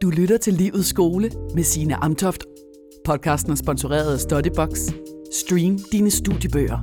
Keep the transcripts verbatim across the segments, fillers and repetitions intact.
Du lytter til Livets Skole med Signe Amtoft. Podcasten er sponsoreret af Studybox. Stream dine studiebøger.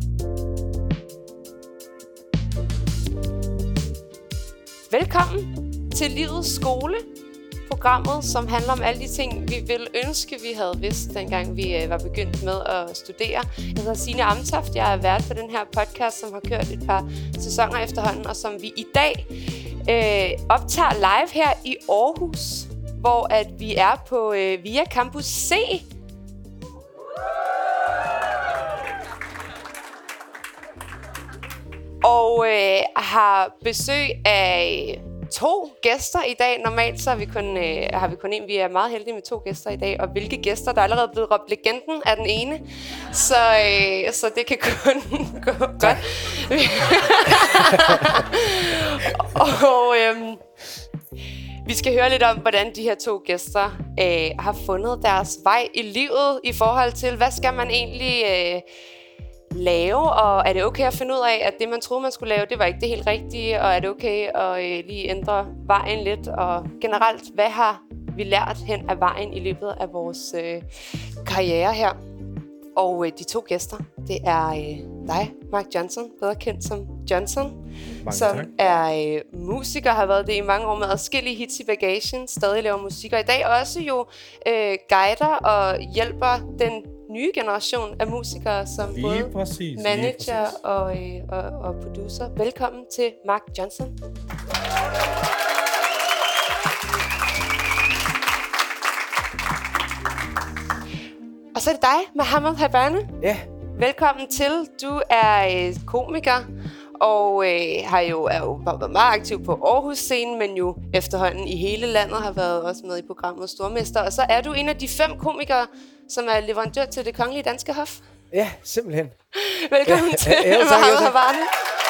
Velkommen til Livets Skole, programmet, som handler om alle de ting, vi ville ønske, vi havde vidst, dengang vi var begyndt med at studere. Jeg hedder Signe Amtoft, jeg er vært på den her podcast, som har kørt et par sæsoner efterhånden, og som vi i dag øh, optager live her i Aarhus, hvor at vi er på øh, Via Campus C. Og øh, har besøg af to gæster i dag. Normalt så har vi kun, øh, har vi kun en. Vi er meget heldige med to gæster i dag. Og hvilke gæster? Der er allerede blevet råbt legenden af den ene. Så, øh, så det kan kun gå godt. og øh, vi skal høre lidt om, hvordan de her to gæster øh, har fundet deres vej i livet i forhold til, hvad skal man egentlig øh, lave, og er det okay at finde ud af, at det, man troede, man skulle lave, det var ikke det helt rigtige, og er det okay at øh, lige ændre vejen lidt, og generelt, hvad har vi lært hen ad vejen i løbet af vores øh, karriere her? Og øh, de to gæster, det er øh, dig, Mark Johnson, bedre kendt som Johnson, mange som tak. er øh, musiker, har været det i mange år med adskillige hits i bagagen, stadig laver musik, og i dag også jo øh, guider og hjælper den nye generation af musikere, som lige både præcis, manager og, øh, og, og producer. Velkommen til Mark Johnson. Og så er det dig, Mohammed Habane. Ja. Velkommen til. Du er øh, komiker, og øh, har jo, er jo været meget aktiv på Aarhus-scenen, men jo efterhånden i hele landet har været også med i programmet Stormester. Og så er du en af de fem komikere, som er leverandør til Det Kongelige Danske Hof. Ja, simpelthen. Velkommen ja, til, ja, ja, Mohammed Habane.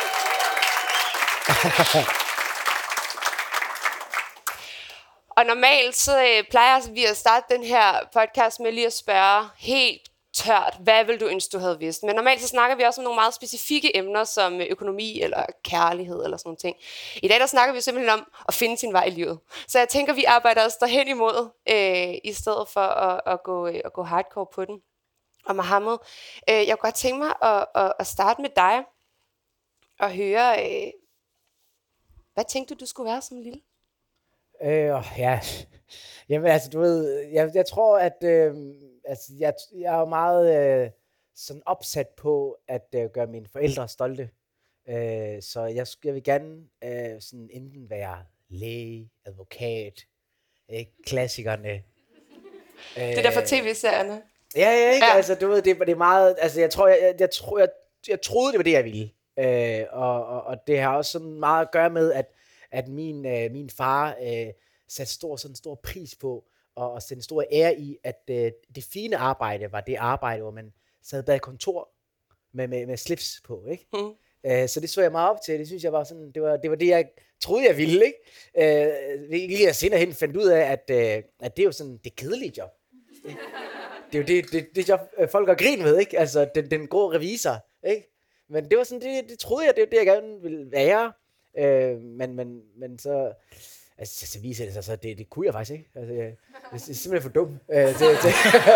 Og normalt så øh, plejer vi at starte den her podcast med lige at spørge helt tørt, hvad vil du ønske, du havde vidst? Men normalt så snakker vi også om nogle meget specifikke emner, som økonomi eller kærlighed eller sådan nogle ting. I dag der snakker vi simpelthen om at finde sin vej i livet. Så jeg tænker, vi arbejder os derhen imod, øh, i stedet for at, at, gå, at gå hardcore på den. Og Mohammed, øh, jeg kunne godt tænke mig at, at, at starte med dig og høre, øh, hvad tænkte du, du skulle være som lille? Øh, ja, jamen altså, du ved, jeg, jeg tror, at øh, altså, jeg, jeg er jo meget øh, sådan opsat på at øh, gøre mine forældre stolte. Øh, så jeg, jeg vil gerne øh, sådan enten være læge, advokat, øh, klassikerne. Øh, det er der for tv-serierne. Ja, ja, ikke? Ja. Altså, du ved, det, det er meget, altså, jeg tror, jeg, jeg, jeg, tro, jeg, jeg troede, det var det, jeg ville. Øh, og, og, og det har også sådan meget at gøre med, at at min, øh, min far øh, satte stor, sådan stor pris på, og, og sætte stor ære i, at øh, det fine arbejde var det arbejde, hvor man sad bag kontor med, med, med slips på, ikke? Mm. Øh, så det så jeg meget op til. Det synes jeg var sådan, det var det, var det jeg troede, jeg ville, ikke? Øh, lige at senere hen fandt ud af, at, øh, at det er jo sådan det kedelige job. Det er jo det, det, det job, folk har grin med, ikke? Altså, den, den grå revisor, ikke? Men det var sådan, det, det troede jeg, det var det, jeg gerne ville være. Øh, men, men, men så, altså, så viser det sig, så det, det kunne jeg faktisk ikke. Altså, jeg, det er simpelthen for dum. Øh, til, til,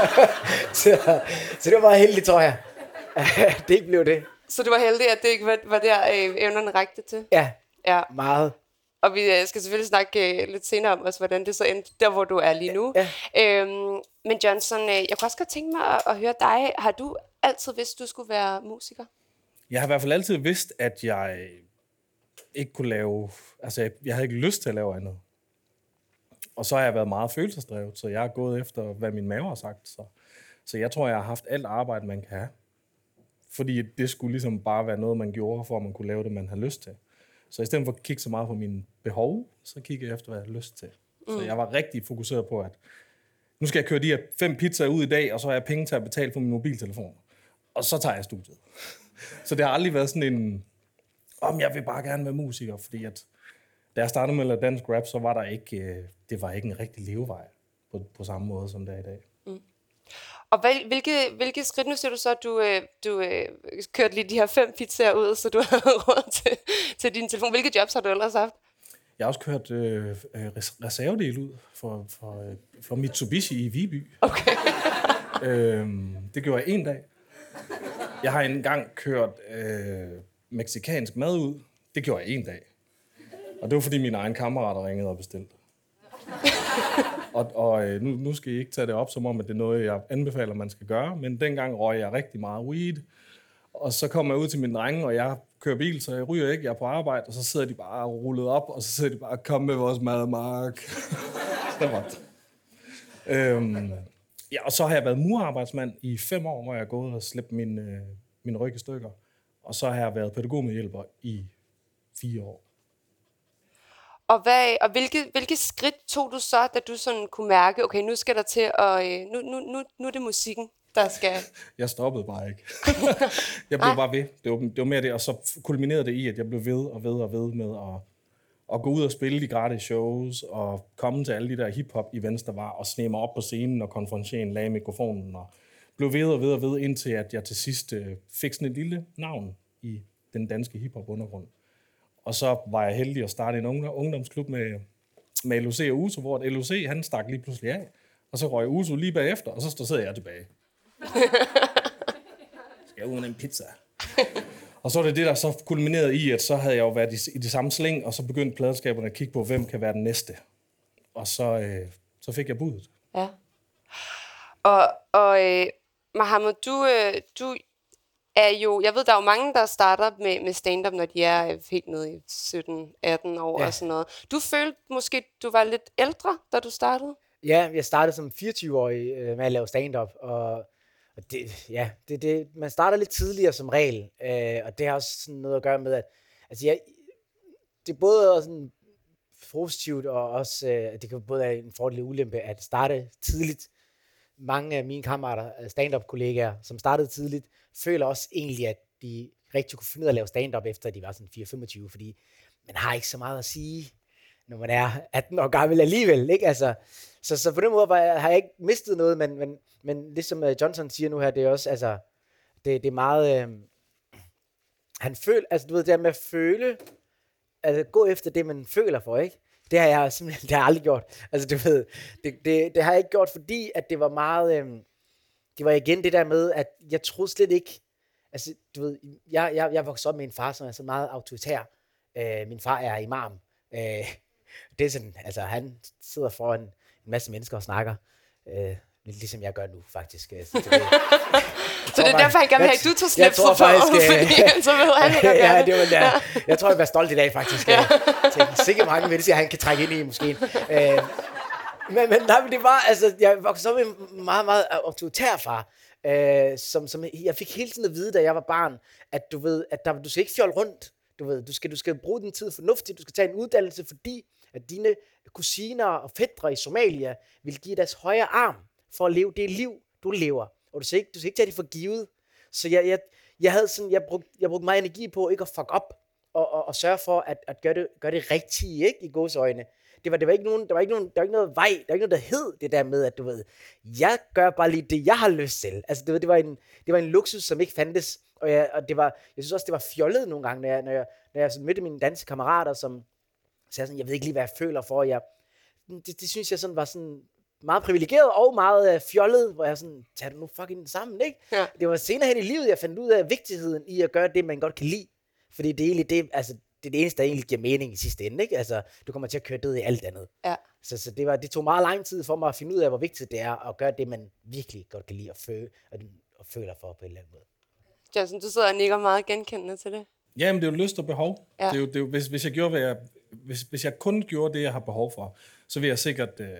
så, så det var meget heldigt, tror jeg. Det ikke blev det. Så du var heldig, at det ikke var, var der, øh, evnerne rækte til? Ja, ja, meget. Og vi øh, skal selvfølgelig snakke øh, lidt senere om også, hvordan det så endte der, hvor du er lige nu. Ja. Øhm, men Johnson, øh, jeg kunne også godt tænke mig at, at høre dig. Har du altid vidst, du skulle være musiker? Jeg har i hvert fald altid vidst, at jeg ikke kunne lave, altså jeg, jeg havde ikke lyst til at lave andet. Og så har jeg været meget følelsesdrevet, så jeg har gået efter, hvad min mave har sagt. Så, så jeg tror, jeg har haft alt arbejde, man kan have. Fordi det skulle ligesom bare være noget, man gjorde, for at man kunne lave det, man har lyst til. Så i stedet for at kigge så meget på mine behov, så kiggede jeg efter, hvad jeg har lyst til. Mm. Så jeg var rigtig fokuseret på, at nu skal jeg køre de her fem pizzaer ud i dag, og så har jeg penge til at betale for min mobiltelefon. Og så tager jeg studiet. Så det har aldrig været sådan en om jeg vil bare gerne være musiker, fordi at da jeg startede med at lave dansk rap, så var der ikke, det var ikke en rigtig levevej på, på samme måde som det er i dag. Mm. Og hvilke, hvilke skridt, nu ser du så, at du, du kørte lige de her fem pizzaer ud, så du havde råd til, til din telefon. Hvilke jobs har du ellers haft? Jeg har også kørt øh, res- reservedel ud for, for, øh, for Mitsubishi i Viby. Okay. øhm, det gjorde jeg en dag. Jeg har engang kørt øh, mexikansk mad ud. Det gjorde jeg en dag. Og det var, fordi mine egne kammerater ringede og bestilte. og og øh, nu, nu skal I ikke tage det op, som om at det er noget, jeg anbefaler, man skal gøre. Men dengang røg jeg rigtig meget weed. Og så kommer jeg ud til mine drenge, og jeg kører bil, så jeg ryger ikke. Jeg er på arbejde, og så sidder de bare rullet op, og så sidder de bare, kom med vores mad, Mark. Det var øhm, ja, og så har jeg været murarbejdsmand i fem år, hvor jeg er gået og slæbt min, øh, min ryg i stykker. Og så har jeg været pædagogmedhjælper i fire år. Og, hvad, og hvilke, hvilke skridt tog du så, da du sådan kunne mærke, okay, nu skal der til, og øh, nu, nu, nu, nu er det musikken, der skal... Jeg stoppede bare ikke. Jeg blev bare ved. Det var, det var mere det, og så kulminerede det i, at jeg blev ved og ved og ved med at, at gå ud og spille de gratis shows, og komme til alle de der hip-hop-events, der var, og snige mig op på scenen, og konfrontere lagde mikrofonen, og blev ved og ved og ved, indtil at jeg til sidst øh, fik sådan et lille navn i den danske hip-hop-undergrund. Og så var jeg heldig at starte en ungdomsklub med, med L O C og Uso, hvor L O C, han stak lige pludselig af. Og så røg Uso lige bagefter, og så stod sidder jeg tilbage. Skal jeg uden en pizza? Og så var det det, der så kulminerede i, at så havde jeg jo været i, i det samme sling, og så begyndte pladeskaberne at kigge på, hvem kan være den næste. Og så, øh, så fik jeg budet. Ja. Og, og øh, Mohammed, du, øh, du er jo, jeg ved, der er jo mange, der starter med, med stand-up, når de er helt nede i sytten atten år ja. og sådan noget. Du følte måske, du var lidt ældre, da du startede? Ja, jeg startede som fireogtyve-årig øh, med at lave stand-up, og, og det, ja, det, det, man starter lidt tidligere som regel, øh, og det har også sådan noget at gøre med, at altså jeg, det er både sådan positivt, og også, øh, det kan både være en fordel og ulempe, at starte tidligt. Mange af mine kammerater, stand-up-kollegaer, som startede tidligt, føler også egentlig, at de rigtig kunne finde ud af at lave stand-up, efter de var sådan fire femogtyve, fordi man har ikke så meget at sige, når man er atten år gammel alligevel, ikke? Altså, så, så på den måde jeg, har jeg ikke mistet noget, men, men, men ligesom Johnson siger nu her, det er også, altså, det, det er meget, øh, han føler, altså du ved, det her med at føle, altså gå efter det, man føler for, ikke? Det har jeg simpelthen, det har jeg aldrig gjort. Altså du ved, det, det, det har jeg ikke gjort, fordi at det var meget, øh, det var igen det der med, at jeg troede slet ikke, altså du ved, jeg, jeg, jeg voksede op med en far, som er så meget autoritær. Øh, min far er imam. Øh, det er sådan, altså han sidder foran en masse mennesker og snakker, øh, lidt ligesom jeg gør nu faktisk. Så det, så det er derfor, han gerne vil have, at du tager slips for faktisk, fordi så ved han ikke at gøre ja, det var der. Jeg tror, jeg var stolt i dag faktisk. Ja. Til sikkert mange mennesker, han kan trække ind i måske. Øh, men, men nej, det var, altså, jeg voksede op med en meget, meget autoritær far, øh, som, som jeg fik hele tiden at vide, da jeg var barn, at du ved, at der, du skal ikke fjolle rundt. Du ved, du skal, du skal bruge din tid fornuftigt, du skal tage en uddannelse, fordi at dine kusiner og fætre i Somalia vil give deres højre arm for at leve det liv, du lever. Og du skal ikke, du skal ikke tage det for givet. Så jeg, jeg, jeg havde sådan, jeg brugte, jeg brugte meget energi på ikke at fuck op, og, og, og sørge for at, at gøre, det, gøre det rigtige, ikke, i gåseøjne. Det var, det var ikke nogen, der var ikke nogen, der var ikke noget vej, der var ikke noget, der hed det der med, at du ved, jeg gør bare lige det, jeg har lyst til. Altså, det, det, var, en, det var en luksus, som ikke fandtes. Og, jeg, og det var, jeg synes også, det var fjollet nogle gange, når jeg, når jeg, når jeg sådan mødte mine danske kammerater, som sagde sådan, jeg ved ikke lige, hvad jeg føler for. Jeg, det, det synes jeg sådan var sådan meget privilegeret og meget øh, fjollet, hvor jeg sådan, tag det nu fucking sammen, ikke? Ja. Det var senere hen i livet, jeg fandt ud af vigtigheden i at gøre det, man godt kan lide. Fordi det er egentlig det, altså, det er det eneste, der egentlig giver mening i sidste ende, ikke? Altså, du kommer til at køre død i alt andet. Ja. Så, så det, var, det tog meget lang tid for mig at finde ud af, hvor vigtigt det er at gøre det, man virkelig godt kan lide og, føle, og, og føler for på en eller anden måde. Johnson, du sidder og nikker meget genkendende til det. Jamen, det er jo lyst og behov. Ja. Det er jo, det er jo, hvis, hvis, jeg gjorde, hvad jeg, hvis, hvis jeg kun gjorde det, jeg har behov for, så vil jeg sikkert øh,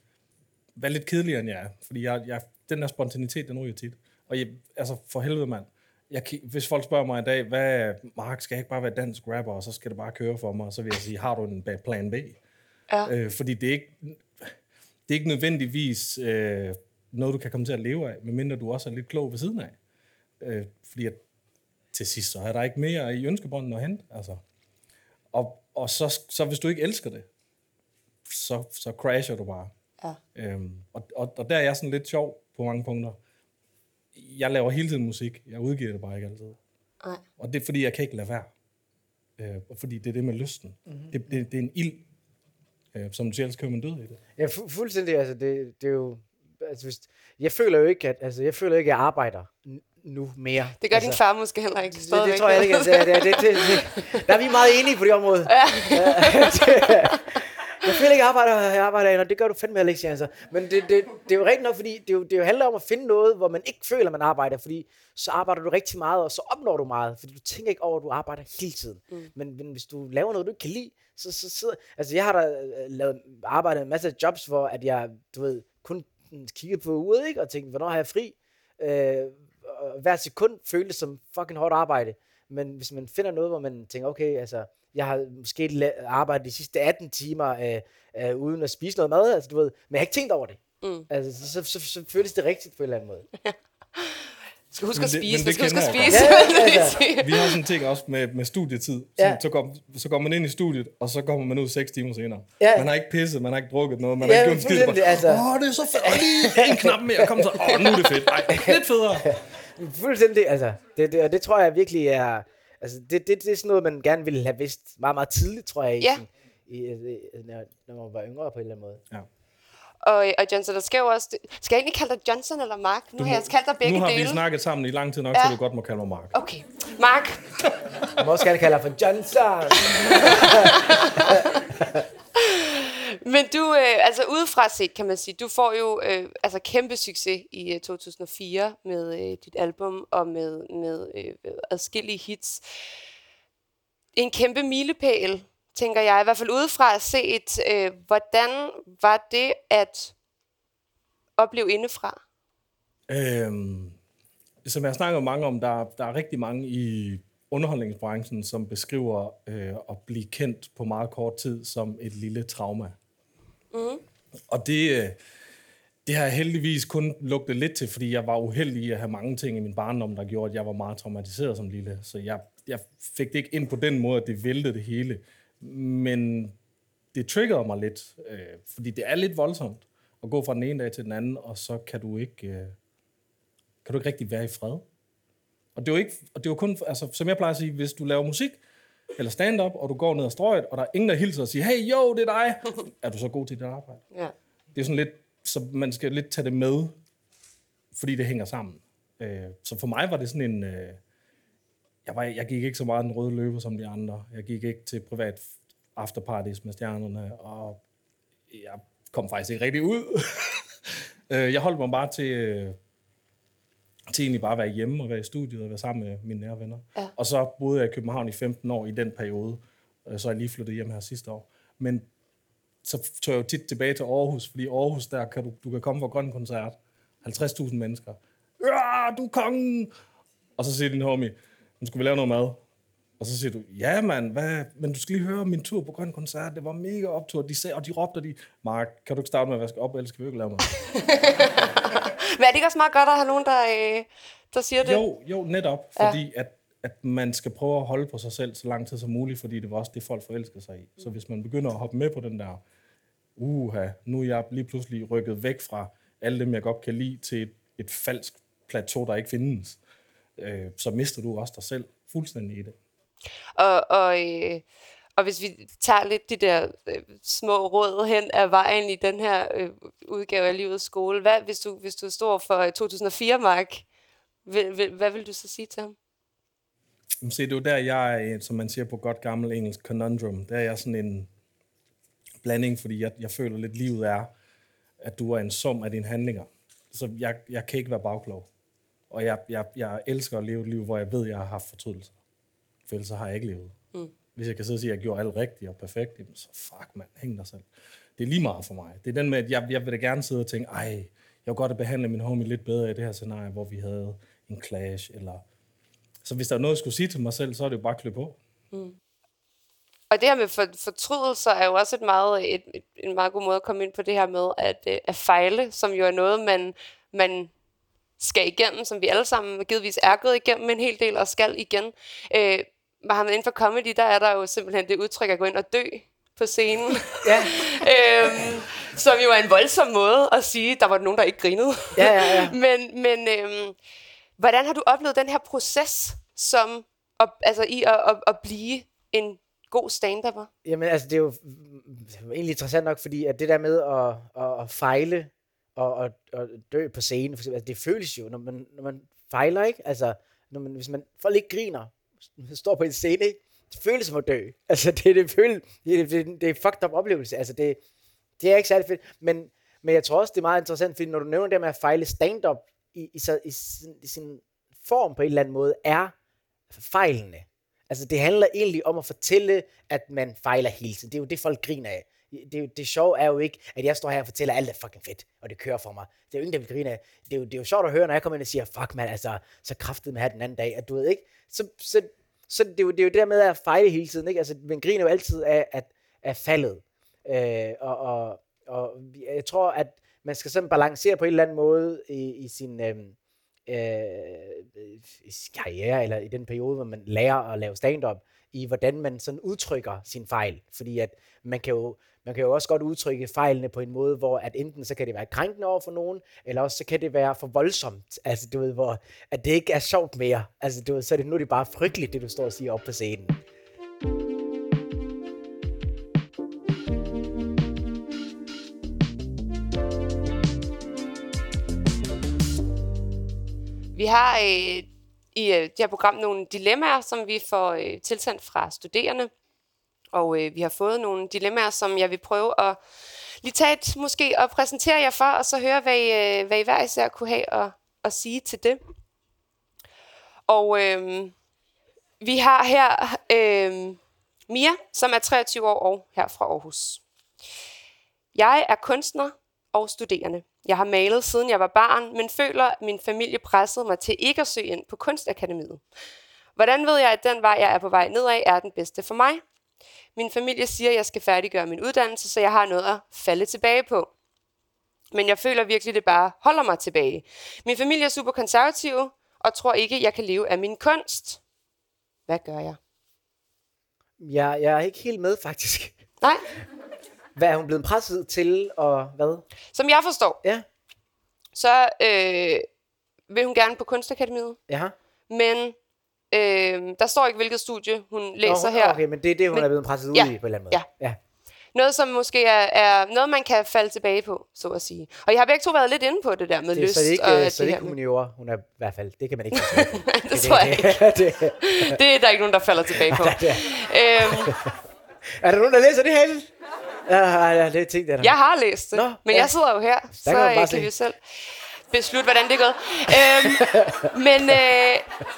være lidt kedeligere, end jeg er. Fordi jeg, jeg, den der spontanitet, den ryger tit. Og jeg, altså, for helvede, mand. Jeg, hvis folk spørger mig i dag, hvad, Mark, skal jeg ikke bare være dansk rapper, og så skal det bare køre for mig, og så vil jeg sige, har du en plan B? Ja. Øh, fordi det er ikke, det er ikke nødvendigvis øh, noget, du kan komme til at leve af, medmindre du også er lidt klog ved siden af. Øh, fordi at til sidst, så er der ikke mere i ønskebånden at hente. Altså. Og, og så, så hvis du ikke elsker det, så, så crasher du bare. Ja. Øhm, og, og, og der er jeg sådan lidt sjov på mange punkter. Jeg laver hele tiden musik. Jeg udgiver det bare ikke altid. Ej. Og det er fordi, jeg kan ikke lade være. Øh, fordi det er det med lysten. Mm-hmm. Det, det, det er en ild, øh, som du siger, ellers kører man død i det. Ja, fu- fuldstændig. Altså, det, det er jo... Altså, hvis, jeg føler jo ikke, at altså, jeg føler ikke, at jeg arbejder n- nu mere. Det gør altså, din far måske heller ikke. Det, det, det tror jeg ikke. Altså, det, det, det, det, det, der er vi meget enige på det område. Ja. Jeg føler ikke, at jeg arbejder, jeg arbejder, og det gør du fandme heller ikke, altså. Men det, det, det er jo rigtigt nok, fordi det, jo, det jo handler om at finde noget, hvor man ikke føler, man arbejder, fordi så arbejder du rigtig meget, og så opnår du meget, fordi du tænker ikke over, at du arbejder hele tiden. Mm. Men, men hvis du laver noget, du ikke kan lide, så sidder... Altså, jeg har da lavet, arbejdet en masse af jobs, hvor at jeg, du ved, kun kiggede på uret, ikke, og tænkte, hvornår har jeg fri? Øh, og hver sekund føltes som fucking hårdt arbejde. Men hvis man finder noget, hvor man tænker, okay, altså... Jeg har måske arbejdet de sidste atten timer øh, øh, uden at spise noget mad, altså, du ved, men jeg har ikke tænkt over det. Mm. Altså, så, så, så, så føles det rigtigt på en eller anden måde. Du skal huske at det, spise, det du skal huske at spise. Ja, altså. Vi har sådan en ting også med, med studietid. Så, Ja. så, går, så går man ind i studiet, og så kommer man ud seks timer senere. Ja. Man har ikke pisset, man har ikke drukket noget, man Ja, har ikke gjort en skid. fuldstændig, altså. Åh, det er så fedt. Og lige en knap mere, kom så. Åh, nu er det fedt. Ej, lidt federe. Fuldstændig, altså. Det, det, og det tror jeg virkelig er... Altså, det, det, det er sådan noget, man gerne ville have vidst meget, meget tidligt, tror jeg, i, Ja. sådan, i, i, når, når man var yngre på en eller anden måde. Ja. Og, og Johnson, der skal jo også... Skal jeg egentlig kalde dig Johnson eller Mark? Nu Du har jeg må- kaldt dig begge Nu har dele. vi snakket sammen i lang tid nok, Ja. så du godt må kalde mig Mark. Okay. Mark, Man må også gerne kalde dig for Johnson. men du, øh, altså udefra set, kan man sige, du får jo øh, altså kæmpe succes i øh, to tusind og fire med øh, dit album og med, med øh, adskillige hits. En kæmpe milepæl, tænker jeg, i hvert fald udefra set. Øh, hvordan var det at opleve indefra? Øhm, som jeg har snakket mange om, der, der er rigtig mange i underholdningsbranchen, som beskriver øh, at blive kendt på meget kort tid som et lille trauma. Mm. Og det, øh, det har jeg heldigvis kun lugtet lidt til, fordi jeg var uheldig i at have mange ting i min barndom, der gjorde, at jeg var meget traumatiseret som lille. Så jeg, jeg fik det ikke ind på den måde, at det væltede det hele. Men det triggerede mig lidt, øh, fordi det er lidt voldsomt at gå fra den ene dag til den anden, og så kan du ikke, øh, kan du ikke rigtig være i fred. Og det er jo ikke, og det er jo kun, altså, som jeg plejer at sige, hvis du laver musik, eller stand-up, og du går ned ad strøget, og der er ingen, der hilser og siger, hey, jo, det er dig. Er du så god til dit arbejde? Ja. Det er sådan lidt, så man skal lidt tage det med, fordi det hænger sammen. Øh, så for mig var det sådan en, øh, jeg, var, jeg gik ikke så meget den røde løber som de andre. Jeg gik ikke til privat afterparties med stjernerne, og jeg kom faktisk ikke rigtig ud. øh, jeg holdt mig bare til, øh, til egentlig bare at være hjemme og være i studiet og være sammen med mine nære venner. Ja. Og så boede jeg i København i femten år i den periode, så er jeg lige flyttet hjem her sidste år. Men så tog jeg jo tit tilbage til Aarhus, fordi Aarhus, der kan du, du kan komme for Grøn Koncert. halvtreds tusind mennesker. Ja, du er kongen! Og så siger din homie, nu skal vi lave noget mad. Og så siger du, ja mand, hvad? Men du skal lige høre min tur på Grøn Koncert. Det var mega optur. De sagde, og de råbte, de, Mark, kan du ikke starte med at vaske op, ellers skal vi ikke lave mad. Men er det ikke også meget godt at have nogen, der, øh, der siger det? Jo, jo, netop. Fordi ja. at, at man skal prøve at holde på sig selv så lang tid som muligt, fordi det var også det, folk forelsker sig i. Så hvis man begynder at hoppe med på den der, uha, nu er jeg lige pludselig rykket væk fra alle dem, jeg godt kan lide, til et, et falsk plateau, der ikke findes, øh, så mister du også dig selv fuldstændig i det. Og, og, øh, og hvis vi tager lidt de der øh, små råd hen ad vejen i den her øh, udgave af Livets Skole, hvad, hvis, du, hvis du står for to tusind og fire, Mark, vil, vil, hvad vil du så sige til ham? Se, det er jo der, jeg er, som man siger på godt gammel engelsk, conundrum. Der er jeg sådan en blanding, fordi jeg, jeg føler lidt, livet er, at du er en sum af dine handlinger. Så jeg, jeg kan ikke være bagklog. Og jeg, jeg, jeg elsker at leve et liv, hvor jeg ved, at jeg har haft fortrydelser. For ellers så har jeg ikke levet. Mm. Hvis jeg kan sidde og sige, at jeg gjorde alt rigtigt og perfekt, så fuck, man, hæng dig selv. Det er lige meget for mig. Det er den med, at jeg, jeg vil da gerne sidde og tænke, ej, jeg vil godt at behandle min homie lidt bedre i det her scenarie, hvor vi havde en clash, eller... Så hvis der er noget, jeg skulle sige til mig selv, så er det jo bare klø på. Mm. Og det her med for, fortrydelser er jo også et meget, et, et, en meget god måde at komme ind på det her med at, at fejle, som jo er noget, man, man skal igennem, som vi alle sammen givetvis er gået igennem en hel del og skal igen. Øh, men inden for comedy, der er der jo simpelthen det udtryk at gå ind og dø på scenen. Ja. øhm, som jo er en voldsom måde at sige, der var nogen, der ikke grinede. Ja, ja, ja. men men øhm, hvordan har du oplevet den her proces, som at, altså i at, at, at blive en god stand-upper? Jamen altså, det er jo egentlig interessant nok, fordi at det der med at, at, at fejle og, og, og dø på scenen, for eksempel, altså, det føles jo, når man, når man fejler, ikke? Altså, når man, hvis man folk ikke griner, står på en scene, ikke? Det føles som at dø. Altså, det, det, føles, det, det, det er fucked up oplevelse. Altså, det, det er ikke særlig fedt. Men, men jeg tror også, det er meget interessant, fordi når du nævner det med at fejle stand-up i, i, i, i, sin, i sin form på en eller anden måde, er fejlende. Altså, det handler egentlig om at fortælle, at man fejler hele tiden. Det er jo det, folk griner af. Det, det, det sjove er jo ikke, at jeg står her og fortæller, at alt er fucking fedt, og det kører for mig. Det er jo ingen, der vil grine af. Det er jo, det er jo sjovt at høre, når jeg kommer ind og siger, fuck man, altså, så kraftede med her den anden dag, at du ved ikke. Så, så, så det, er jo, det er jo det der med at fejle hele tiden, ikke? Altså, man griner jo altid af, at, af faldet. Øh, og, og, og jeg tror, at man skal sådan balancere på en eller anden måde i, i sin øh, øh, karriere, eller i den periode, hvor man lærer at lave stand-up, i hvordan man sådan udtrykker sin fejl. Fordi at man kan jo Man kan jo også godt udtrykke fejlene på en måde, hvor at enten så kan det være krænkende over for nogen, eller også så kan det være for voldsomt. Altså du ved, hvor at det ikke er sjovt mere. Altså du ved, så er det nu det er bare frygteligt, det du står og siger op på scenen. Vi har øh, i øh, det her program nogle dilemmaer, som vi får øh, tilsendt fra studerende. Og øh, vi har fået nogle dilemmaer, som jeg vil prøve at lige tage et, måske og præsentere jer for, og så høre, hvad I, øh, hvad I hver især kunne have at, at sige til det. Og øh, vi har her øh, Mia, som er treogtyve år og her fra Aarhus. Jeg er kunstner og studerende. Jeg har malet siden jeg var barn, men føler, at min familie pressede mig til ikke at søge ind på Kunstakademiet. Hvordan ved jeg, at den vej, jeg er på vej nedad, er den bedste for mig? Min familie siger, at jeg skal færdiggøre min uddannelse, så jeg har noget at falde tilbage på. Men jeg føler virkelig, at det bare holder mig tilbage. Min familie er super konservative og tror ikke, at jeg kan leve af min kunst. Hvad gør jeg? Jeg, jeg er ikke helt med, faktisk. Nej. Hvad er hun blevet presset til, og hvad? Som jeg forstår, Ja. så øh, vil hun gerne på Kunstakademiet. Jaha. Men øh, der står ikke, hvilket studie hun læser Nå, her. Okay, men det er det, hun men, er blevet presset ud ja, i på en eller anden måde. Ja. ja. Noget, som måske er, er noget, man kan falde tilbage på, så at sige. Og jeg har begge to været lidt inde på det der med det, lyst. Så det er ikke, og så det det er ikke her. humaniora, hun er i hvert fald. Det kan man ikke falde tilbage på. det, det tror jeg ikke. det, det, det er der ikke nogen, der falder tilbage på. det er. øhm, er der nogen, der læser det her? Ja, ja, det tænkte jeg da. jeg har læst det, Nå, men ja. jeg sidder jo her, kan så man øh, bare kan vi se. jo selv beslutte, hvordan det er gået. øhm, men øh,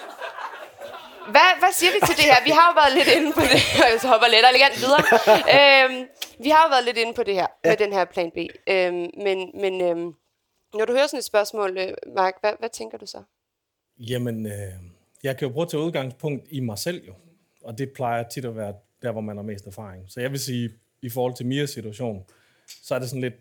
hvad, hvad siger vi til det her? Vi har jo været lidt inde på det her, så hopper let og elegant videre. øhm, vi har jo været lidt inde på det her, ja. med den her plan B. Øhm, men men øhm, når du hører sådan et spørgsmål, øh, Mark, hvad, hvad tænker du så? Jamen, øh, jeg kan jo prøve at tage udgangspunkt i mig selv jo. Og det plejer tit at være der, hvor man har mest erfaring. Så jeg vil sige, i forhold til Mias situation, så er det sådan lidt,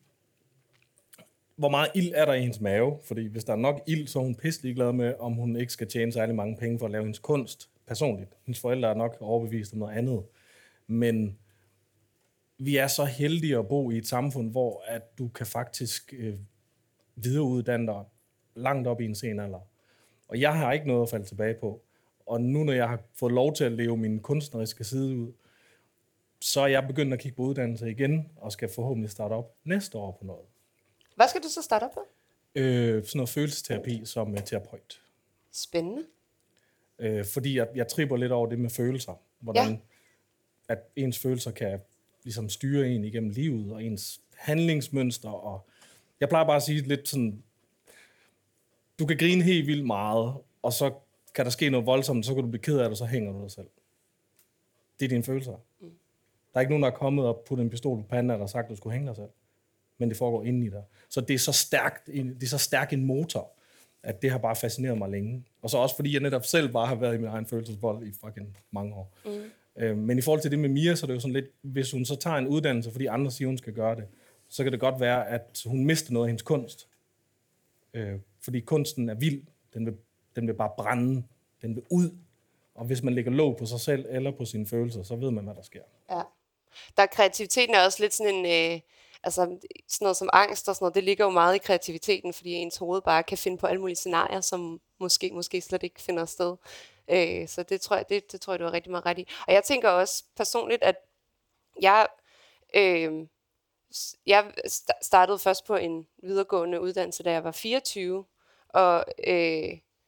hvor meget ild er der i hendes mave? Fordi hvis der er nok ild, så er hun pisselig glad med, om hun ikke skal tjene særlig mange penge for at lave hendes kunst personligt. Hendes forældre er nok overbevist om noget andet. Men vi er så heldige at bo i et samfund, hvor at du kan faktisk øh, videreuddanne dig langt op i en sen alder. Og jeg har ikke noget at falde tilbage på. Og nu, når jeg har fået lov til at leve min kunstneriske side ud, så er jeg begyndt at kigge på uddannelse igen, og skal forhåbentlig starte op næste år på noget. Hvad skal du så starte op på? Øh, sådan noget følelsesterapi som uh, terapeut. Spændende. Øh, fordi jeg, jeg tripper lidt over det med følelser. Hvordan Ja. at ens følelser kan ligesom styre en igennem livet, og ens handlingsmønster. Og jeg plejer bare at sige lidt sådan, du kan grine helt vildt meget, og så kan der ske noget voldsomt, så kan du blive ked af det, og så hænger du dig selv. Det er dine følelser. Mm. Der er ikke nogen, der er kommet og puttet en pistol på panden, og der har sagt, at du skulle hænge dig selv. Men det foregår inde i dig. Så det er så stærkt, det er så stærk en motor, at det har bare fascineret mig længe. Og så også fordi jeg netop selv bare har været i min egen følelsesvold i fucking mange år. Mm. Øh, men i forhold til det med Mia, så er det jo sådan lidt, hvis hun så tager en uddannelse, fordi andre siger, hun skal gøre det, så kan det godt være, at hun mister noget af hendes kunst. Øh, fordi kunsten er vild. Den vil, den vil bare brænde. Den vil ud. Og hvis man lægger låg på sig selv eller på sine følelser, så ved man, hvad der sker. Ja. Der er kreativiteten er også lidt sådan en, øh, altså sådan noget som angst og sådan noget, det ligger jo meget i kreativiteten, fordi ens hoved bare kan finde på alle mulige scenarier, som måske, måske slet ikke finder sted. Øh, så det tror jeg, det, det tror jeg, du har rigtig meget ret i. Og jeg tænker også personligt, at jeg, øh, jeg startede først på en videregående uddannelse, da jeg var fireogtyve, og, øh,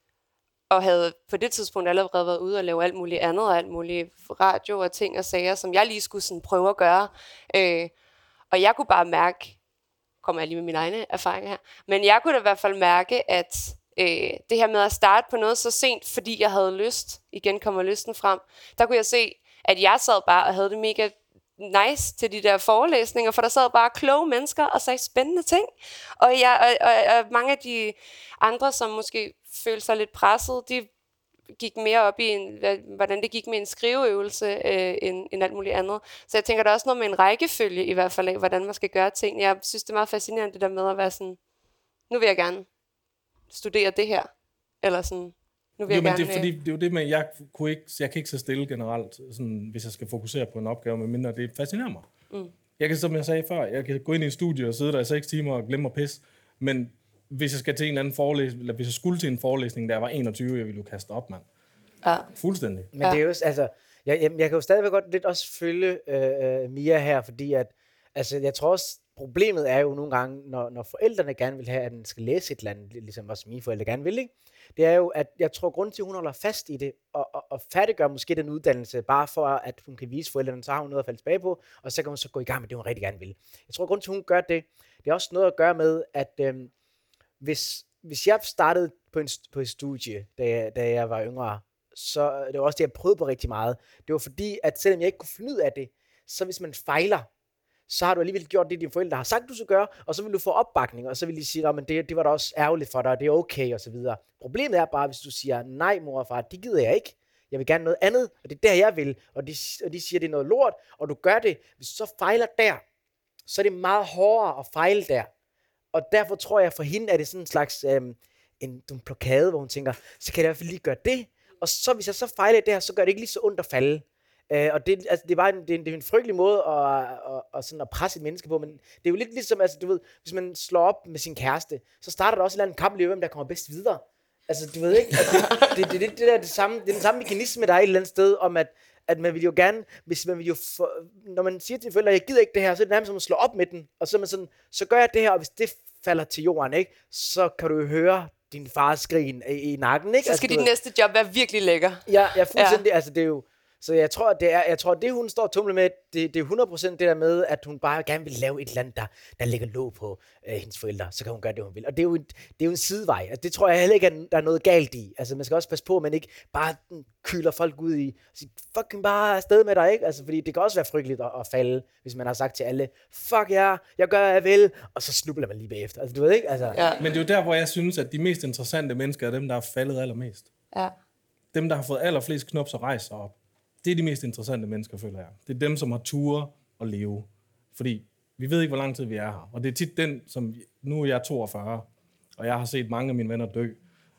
og havde på det tidspunkt allerede været ude og lave alt muligt andet, og alt muligt radio og ting og sager, som jeg lige skulle sådan prøve at gøre. Øh, og jeg kunne bare mærke, kommer jeg lige med mine egne erfaringer her, men jeg kunne da i hvert fald mærke, at øh, det her med at starte på noget så sent, fordi jeg havde lyst, igen kommer lysten frem, der kunne jeg se, at jeg sad bare og havde det mega nice til de der forelæsninger, for der sad bare kloge mennesker og sagde spændende ting. Og, jeg, og, og, og mange af de andre, som måske følte sig lidt presset, de gik mere op i, en, hvordan det gik med en skriveøvelse, øh, end, end alt muligt andet. Så jeg tænker, der er også noget med en rækkefølge, i hvert fald af, hvordan man skal gøre ting. Jeg synes, det er meget fascinerende, det der med at være sådan, nu vil jeg gerne studere det her, eller sådan, nu vil jo, jeg men gerne... det er, fordi, det er jo det med, jeg, kunne ikke, jeg kan ikke så stille generelt, sådan, hvis jeg skal fokusere på en opgave, medmindre det fascinerer mig. Mm. Jeg kan, som jeg sagde før, jeg kan gå ind i en studie og sidde der i seks timer og glemme at pisse, men hvis jeg skal til en eller anden forelæsning, eller hvis jeg skulle til en forelæsning, der var enogtyve, jeg ville jo kaste op, mand. Ja. Fuldstændig. Men ja. Det er jo, altså, jeg, jeg, jeg kan jo stadigvæk godt lidt også følge øh, Mia her, fordi at, altså, jeg tror også, problemet er jo nogle gange, når, når forældrene gerne vil have, at den skal læse et eller andet, ligesom også mine forældre gerne vil, ikke? Det er jo, at jeg tror, grund til, at hun holder fast i det, og, og, og færdiggør måske den uddannelse, bare for, at hun kan vise forældrene, så har hun noget at falde tilbage på, og så kan hun så gå i gang med det, hun rigtig gerne vil. Jeg tror, grund til, at hun gør det, det er også noget at gøre med, at øhm, hvis, hvis jeg startede på, en, på et studie, da jeg, da jeg var yngre, så det var også det, jeg prøvede på rigtig meget. Det var fordi, at selvom jeg ikke kunne finde ud af det, så hvis man fejler, så har du alligevel gjort det, dine forældre har sagt, du skal gøre, og så vil du få opbakning, og så vil de sige, at det, det var da også ærgerligt for dig, og det er okay, og så videre. Problemet er bare, hvis du siger, nej mor og far, det gider jeg ikke, jeg vil gerne noget andet, og det er der, jeg vil, og de, og de siger, det er noget lort, og du gør det. Hvis du så fejler der, så er det meget hårdere at fejle der. Og derfor tror jeg, for hende er det sådan en slags øhm, en, en blokade, hvor hun tænker, så kan jeg i hvert fald lige gøre det, og så hvis jeg så fejler det her, så gør det ikke lige så ondt at falde. Uh, og det, altså, det, er bare en, det, er en, det er en frygtelig måde at, at, at, sådan at presse et menneske på, men det er jo lidt ligesom, altså, du ved, hvis man slår op med sin kæreste, så starter der også et eller andet kapløb, hvem der kommer bedst videre. Altså, du ved ikke, altså, det, det, det, det, det, der, det, samme, det er den samme mekanisme, der er et eller andet sted, om at, at man vil jo gerne, hvis man vil jo, for, når man siger til forældre, jeg gider ikke det her, så er det nærmest som at slå op med den, og så er man sådan, så gør jeg det her, og hvis det falder til jorden, ikke, så kan du jo høre din fars skrin i, i nakken, ikke? Så skal altså, dit næste job være virkelig lækker. Ja, ja, fuldstændig, ja. Altså det er jo, så jeg tror, det er, jeg tror, det hun står og tumler med, det, det er hundrede procent det der med, at hun bare gerne vil lave et eller andet, der, der lægger låg på øh, hendes forældre, så kan hun gøre det, hun vil. Og det er jo en, det er jo en sidevej. Altså, det tror jeg heller ikke, at der er noget galt i. Altså man skal også passe på, at man ikke bare kyler folk ud i, sige, fucking bare afsted med dig, ikke? Altså fordi det kan også være frygteligt at, at falde, hvis man har sagt til alle, fuck ja, yeah, jeg gør, hvad jeg vil, og så snubler man lige bagefter. Altså du ved ikke? Altså, ja. Men det er jo der, hvor jeg synes, at de mest interessante mennesker er dem, der har faldet allermest. Ja. Dem, der har fået allerflest knops og rejse sig op. Det er de mest interessante mennesker, føler jeg. Det er dem, som har ture og leve. Fordi vi ved ikke, hvor lang tid vi er her. Og det er tit den, som... Nu er jeg toogfyrre, og jeg har set mange af mine venner dø.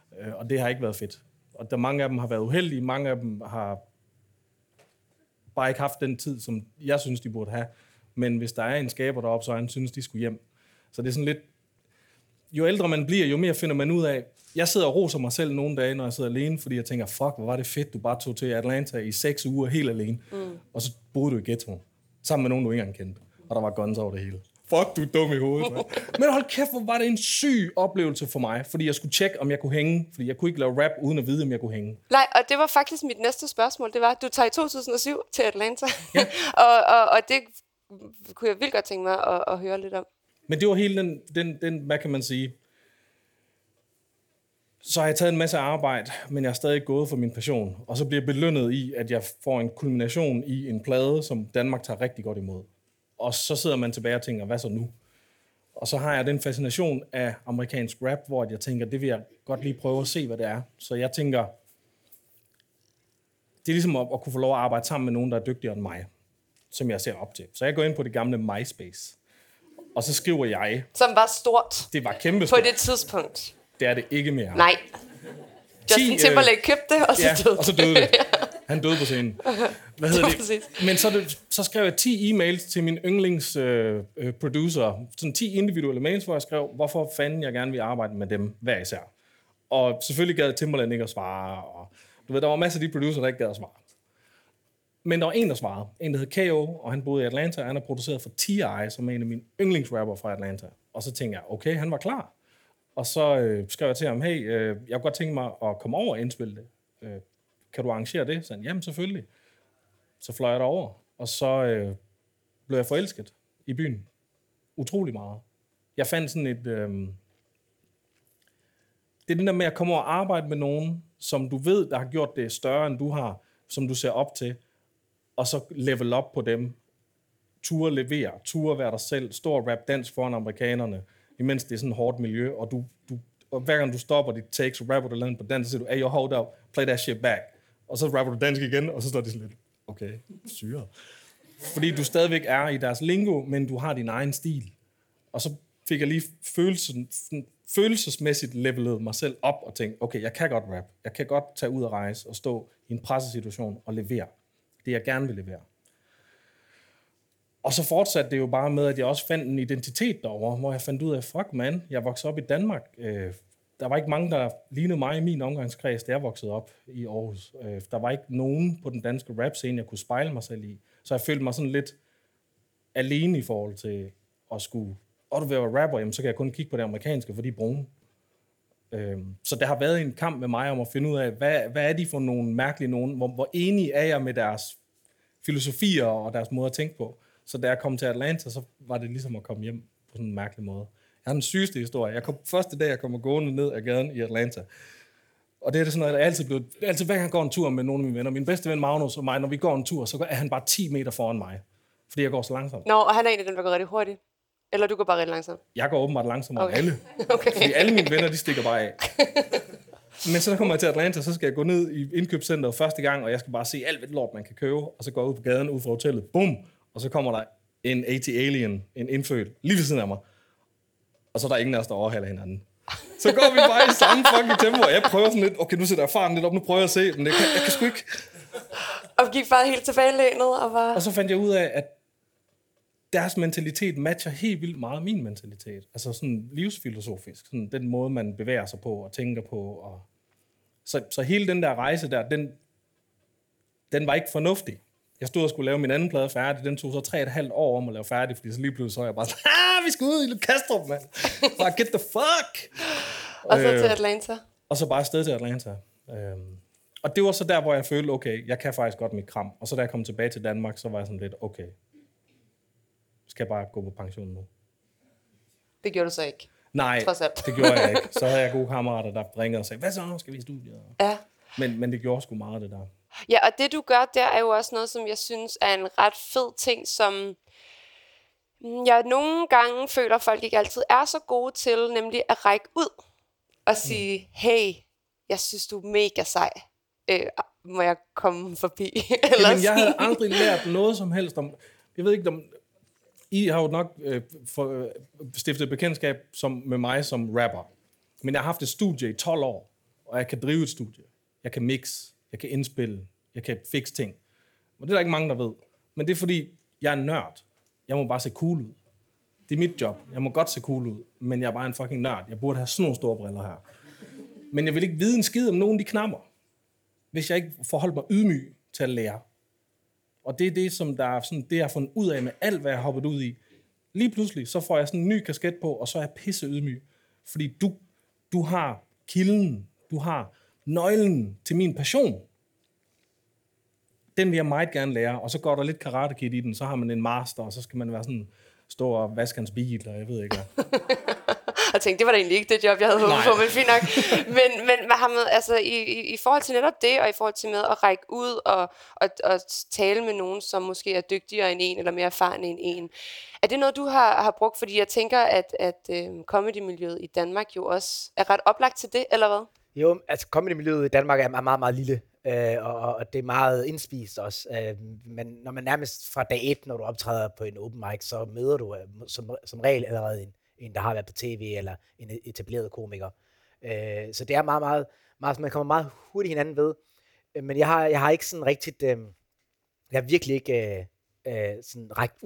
Og det har ikke været fedt. Og der mange af dem har været uheldige. Mange af dem har bare ikke haft den tid, som jeg synes, de burde have. Men hvis der er en skaber deroppe, så er han synes, de skulle hjem. Så det er sådan lidt... Jo ældre man bliver, jo mere finder man ud af... Jeg sidder og roser mig selv nogle dage, når jeg sidder alene, fordi jeg tænker, fuck, hvor var det fedt, du bare tog til Atlanta i seks uger helt alene. Mm. Og så boede du i ghettoen, sammen med nogen, du ikke engang kendte. Og der var guns over det hele. Fuck, du er dum i hovedet, man. Men hold kæft, hvor var det en syg oplevelse for mig, fordi jeg skulle tjekke, om jeg kunne hænge, fordi jeg kunne ikke lave rap, uden at vide, om jeg kunne hænge. Nej, og det var faktisk mit næste spørgsmål. Det var, du tager i to tusind og syv til Atlanta. Ja. og, og, og det kunne jeg vildt godt tænke mig at, at høre lidt om. Men det var hele den, den, den, hvad kan man sige... Så har jeg taget en masse arbejde, men jeg har stadig gået for min passion. Og så bliver jeg belønnet i, at jeg får en kulmination i en plade, som Danmark tager rigtig godt imod. Og så sidder man tilbage og tænker, hvad så nu? Og så har jeg den fascination af amerikansk rap, hvor jeg tænker, det vil jeg godt lige prøve at se, hvad det er. Så jeg tænker, det er ligesom at, at kunne få lov at arbejde sammen med nogen, der er dygtigere end mig, som jeg ser op til. Så jeg går ind på det gamle MySpace, og så skriver jeg... Som var stort. Det var kæmpestort. På det tidspunkt. Det er det ikke mere. Nej. Justin Timberlake købte det, og så ja, døde og så døde det. Han døde på scenen. Hvad hedder det? det? Men så, det, så skrev jeg ti e-mails til min yndlings øh, producer. Sådan ti individuelle mails, hvor jeg skrev, hvorfor fanden jeg gerne vil arbejde med dem hver især. Og selvfølgelig gad Timberlake ikke at svare. Og Du ved, der var masser af de producer, der ikke gad at svare. Men der var en, der svarede. En, der hed K O, og han boede i Atlanta, og han er produceret for T I, som er en af mine yndlingsrapper fra Atlanta. Og så tænkte jeg, okay, han var klar. Og så øh, skrev jeg til ham, hey, øh, jeg kunne godt tænke mig at komme over og indspille det. Øh, kan du arrangere det? Så han, jamen selvfølgelig. Så fløj jeg derover, og så øh, blev jeg forelsket i byen. Utrolig meget. Jeg fandt sådan et... Øh, det er den der med at komme over og arbejde med nogen, som du ved, der har gjort det større, end du har, som du ser op til, og så level op på dem. Ture levere, ture være dig selv, stor rap dans foran amerikanerne, imens det er sådan et hårdt miljø, og, du, du, og hver gang du stopper dit takes, og rapper du landet på dans, så siger du, hey, yo, hold up, play that shit back. Og så rapper du dansk igen, og så står det sådan lidt, okay, syre. Fordi du stadigvæk er i deres lingo, men du har din egen stil. Og så fik jeg lige følelsen, følelsesmæssigt levelet mig selv op og tænkte, okay, jeg kan godt rap. Jeg kan godt tage ud og rejse og stå i en pressesituation og levere det, jeg gerne vil levere. Og så fortsatte det jo bare med, at jeg også fandt en identitet derovre, hvor jeg fandt ud af, fuck man, jeg voksede op i Danmark. Øh, der var ikke mange, der lignede mig i min omgangskreds, da jeg voksede op i Aarhus. Øh, der var ikke nogen på den danske rap-scene, jeg kunne spejle mig selv i. Så jeg følte mig sådan lidt alene i forhold til at skulle... Og du vil være rapper, jamen, så kan jeg kun kigge på det amerikanske, for de er brune. Øhm, så der har været en kamp med mig om at finde ud af, hvad, hvad er de for nogle mærkelige nogen? Hvor, hvor enige er jeg med deres filosofier og deres måde at tænke på? Så da jeg kom til Atlanta, så var det ligesom at komme hjem på sådan en mærkelig måde. Jeg har den sygeste historie. Jeg kom, første dag, jeg kommer gående ned ad gaden i Atlanta. Og det er det sådan noget, der altid blev... Altid hver gang jeg går en tur med nogle af mine venner, min bedste ven Magnus og mig, når vi går en tur, så er han bare ti meter foran mig. Fordi jeg går så langsomt. Nå, og han er en af dem, der går rigtig hurtigt. Eller du går bare rigtig langsomt? Jeg går åbenbart langsommere okay. end alle. Okay. Fordi alle mine venner, de stikker bare af. Men så kommer jeg til Atlanta, så skal jeg gå ned i indkøbscenteret første gang, og jeg skal bare se alt, hvad lort man kan købe. Og så går jeg ud på gaden, ud fra hotellet. Bum! Og så kommer der en A T Alien, en indfødt, lige ved siden af mig. Og så er der ingen af os, der overhaler hinanden. Så går vi bare i samme fucking tempo, og jeg prøver sådan lidt, okay, nu sætter jeg farten lidt op, nu prøver jeg at se, men jeg kan, jeg kan sgu ikke. Og gik bare helt tilbagelænet og var... Og så fandt jeg ud af, at deres mentalitet matcher helt vildt meget min mentalitet. Altså sådan livsfilosofisk. Sådan den måde, man bevæger sig på og tænker på. Og så, så hele den der rejse der, den, den var ikke fornuftig. Jeg stod og skulle lave min anden plade færdig. Den tog så tre og et halvt år om at lave færdig, fordi så lige pludselig så jeg bare sådan, ah, vi skal ud i Kastrup, mand. Bare get the fuck. Og så øh, til Atlanta. Og så bare afsted til Atlanta. Øhm, og det var så der, hvor jeg følte, okay, jeg kan faktisk godt mit kram. Og så da jeg kom tilbage til Danmark, så var jeg sådan lidt, okay, skal jeg bare gå på pension nu? Det gjorde du så ikke? Nej, det gjorde jeg ikke. Så havde jeg gode kammerater, der ringede og sagde, hvad så, skal vi i studiet? Ja. Men, men det gjorde sgu meget, det der. Ja, og det du gør der er jo også noget, som jeg synes er en ret fed ting, som jeg nogle gange føler, folk ikke altid er så gode til, nemlig at række ud og sige, mm. hey, jeg synes, du er mega sej. Øh, må jeg komme forbi? Eller Jamen, jeg havde aldrig lært noget som helst om... Jeg ved ikke, om... I har jo nok øh, for, øh, stiftet bekendtskab som, med mig som rapper. Men jeg har haft et studie i tolv år, og jeg kan drive et studie. Jeg kan mix, jeg kan indspille, jeg kan fixe ting. Og det er der ikke mange, der ved. Men det er fordi, jeg er en nørd. Jeg må bare se cool ud. Det er mit job. Jeg må godt se cool ud, men jeg er bare en fucking nørd. Jeg burde have sådan nogle store briller her. Men jeg vil ikke vide en skid om nogen af de knapper, hvis jeg ikke forholder mig ydmyg til at lære. Og det er det, som der er sådan, det jeg har fundet ud af med alt, hvad jeg har hoppet ud i. Lige pludselig, så får jeg sådan en ny kasket på, og så er jeg pisse ydmyg. Fordi du, du har kilden, du har nøglen til min passion. Den vil jeg meget gerne lære, og så går der lidt Karate Kid i den, så har man en master, og så skal man være sådan, stå og vaske hans bil, og jeg ved ikke hvad. Jeg tænkte, det var da egentlig ikke det job, jeg havde håbet på, men fint nok. Men, men Mohammed, altså, i, i, i forhold til netop det, og i forhold til med at række ud og, og, og tale med nogen, som måske er dygtigere end en, eller mere erfaren end en, er det noget, du har, har brugt? Fordi jeg tænker, at, at uh, comedy-miljøet i Danmark jo også er ret oplagt til det, eller hvad? Jo, altså comedy-miljøet i Danmark er meget, meget lille, øh, og, og det er meget indspist også. Øh, men når man nærmest fra dag et, når du optræder på en open mic, så møder du øh, som, som regel allerede en, en, der har været på tv, eller en etableret komiker. Øh, så det er meget, meget, meget, man kommer meget hurtigt hinanden ved. Øh, men jeg har, jeg har ikke sådan rigtigt, øh, jeg har virkelig ikke øh, øh, sådan rækt ud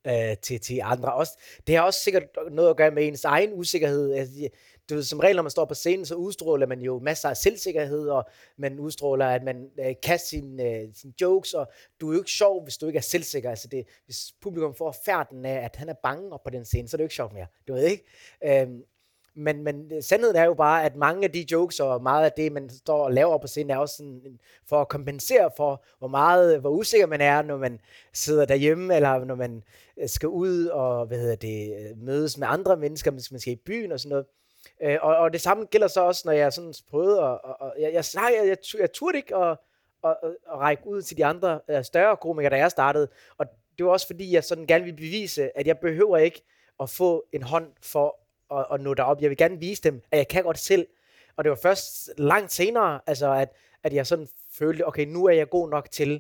øh, til, til andre. Også, det har også sikkert noget at gøre med ens egen usikkerhed. Altså, du ved, som regel, når man står på scenen, så udstråler man jo masser af selvsikkerhed, og man udstråler, at man øh, kan sine, øh, sine jokes, og du er jo ikke sjov, hvis du ikke er selvsikker. Altså det, hvis publikum får færden af, at han er bange op på den scene, så er det jo ikke sjovt mere. Du ved ikke? Øhm, men, men sandheden er jo bare, at mange af de jokes, og meget af det, man står og laver på scenen, er også sådan, for at kompensere for, hvor meget, hvor usikker man er, når man sidder derhjemme, eller når man skal ud og hvad hedder det, mødes med andre mennesker, hvis man skal i byen og sådan noget. Øh, og, og det samme gælder så også, når jeg sådan prøvede, og, og, og jeg, jeg, jeg, jeg, jeg, jeg turde ikke at, at, at, at række ud til de andre uh, større komikere, da jeg startede. Og det var også fordi, jeg sådan gerne ville bevise, at jeg behøver ikke at få en hånd for at, at nå derop. Jeg vil gerne vise dem, at jeg kan godt selv. Og det var først langt senere, altså at, at jeg sådan følte, okay, nu er jeg god nok til,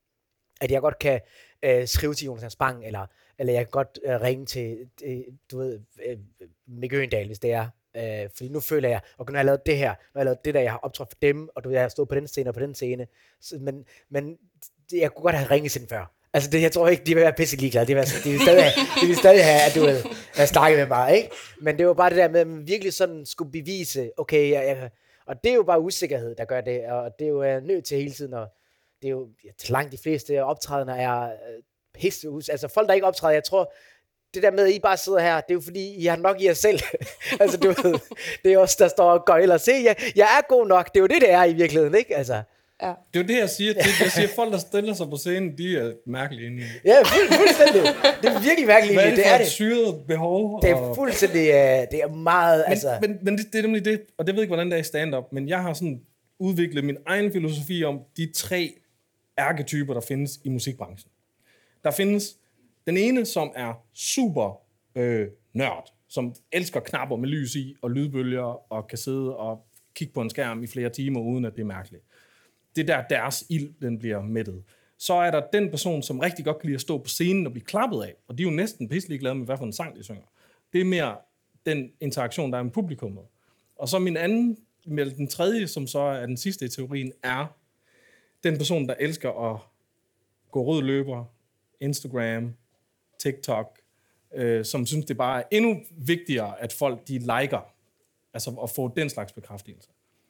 at jeg godt kan uh, skrive til Jonathan Spang, eller, eller jeg kan godt uh, ringe til, uh, du ved, uh, Mikke Øgendahl, hvis det er. Øh, fordi nu føler jeg, okay, nu har jeg lavet det her, nu har jeg lavet det der, jeg har optrådt for dem, og du ved, jeg har stået på den scene og på den scene, så, men, men det, jeg kunne godt have ringet til den før. Altså, det, jeg tror ikke, de vil være pisse ligeglade, de vil, de vil stadig have, de vil stadig have, at du ved, have snakket med mig, ikke? Men det var bare det der med, at man virkelig sådan skulle bevise, okay, jeg, jeg, og det er jo bare usikkerhed, der gør det, og det er jo jeg nødt til hele tiden, og det er jo, langt de fleste optrædener er øh, pisse us, altså folk, der ikke optræder, jeg tror, det der med, at I bare sidder her, det er jo fordi, I har nok i jer selv. Altså, du ved, det er også der står og gøjler. Se, jeg, jeg er god nok. Det er jo det, det er i virkeligheden, ikke? Altså. Ja. Det er jo det, jeg siger. Det, jeg siger, folk, der stiller sig på scenen, de er mærkelige inde i. Ja, fuld, fuldstændig. Det er virkelig mærkeligt. Hvad er det, det for er et det. syret behov? Det er fuldstændig, uh, det er meget, men, altså. Men, men det, det er nemlig det, og det ved ikke, hvordan det er i stand-up, men jeg har sådan udviklet min egen filosofi om de tre ærketyper, der findes i musikbranchen. Der findes den ene, som er super øh, nørd, som elsker knapper med lys i og lydbølger og kan sidde og kigge på en skærm i flere timer, uden at det er mærkeligt. Det er der, deres ild, den bliver mættet. Så er der den person, som rigtig godt kan lide at stå på scenen og blive klappet af, og de er jo næsten pisselig glade med, hvad for en sang de synger. Det er mere den interaktion, der er med publikummet. Og så min anden, med den tredje, som så er den sidste i teorien, er den person, der elsker at gå rød løber, Instagram, TikTok, øh, som synes, det bare er endnu vigtigere, at folk de liker, altså at få den slags bekræftelse.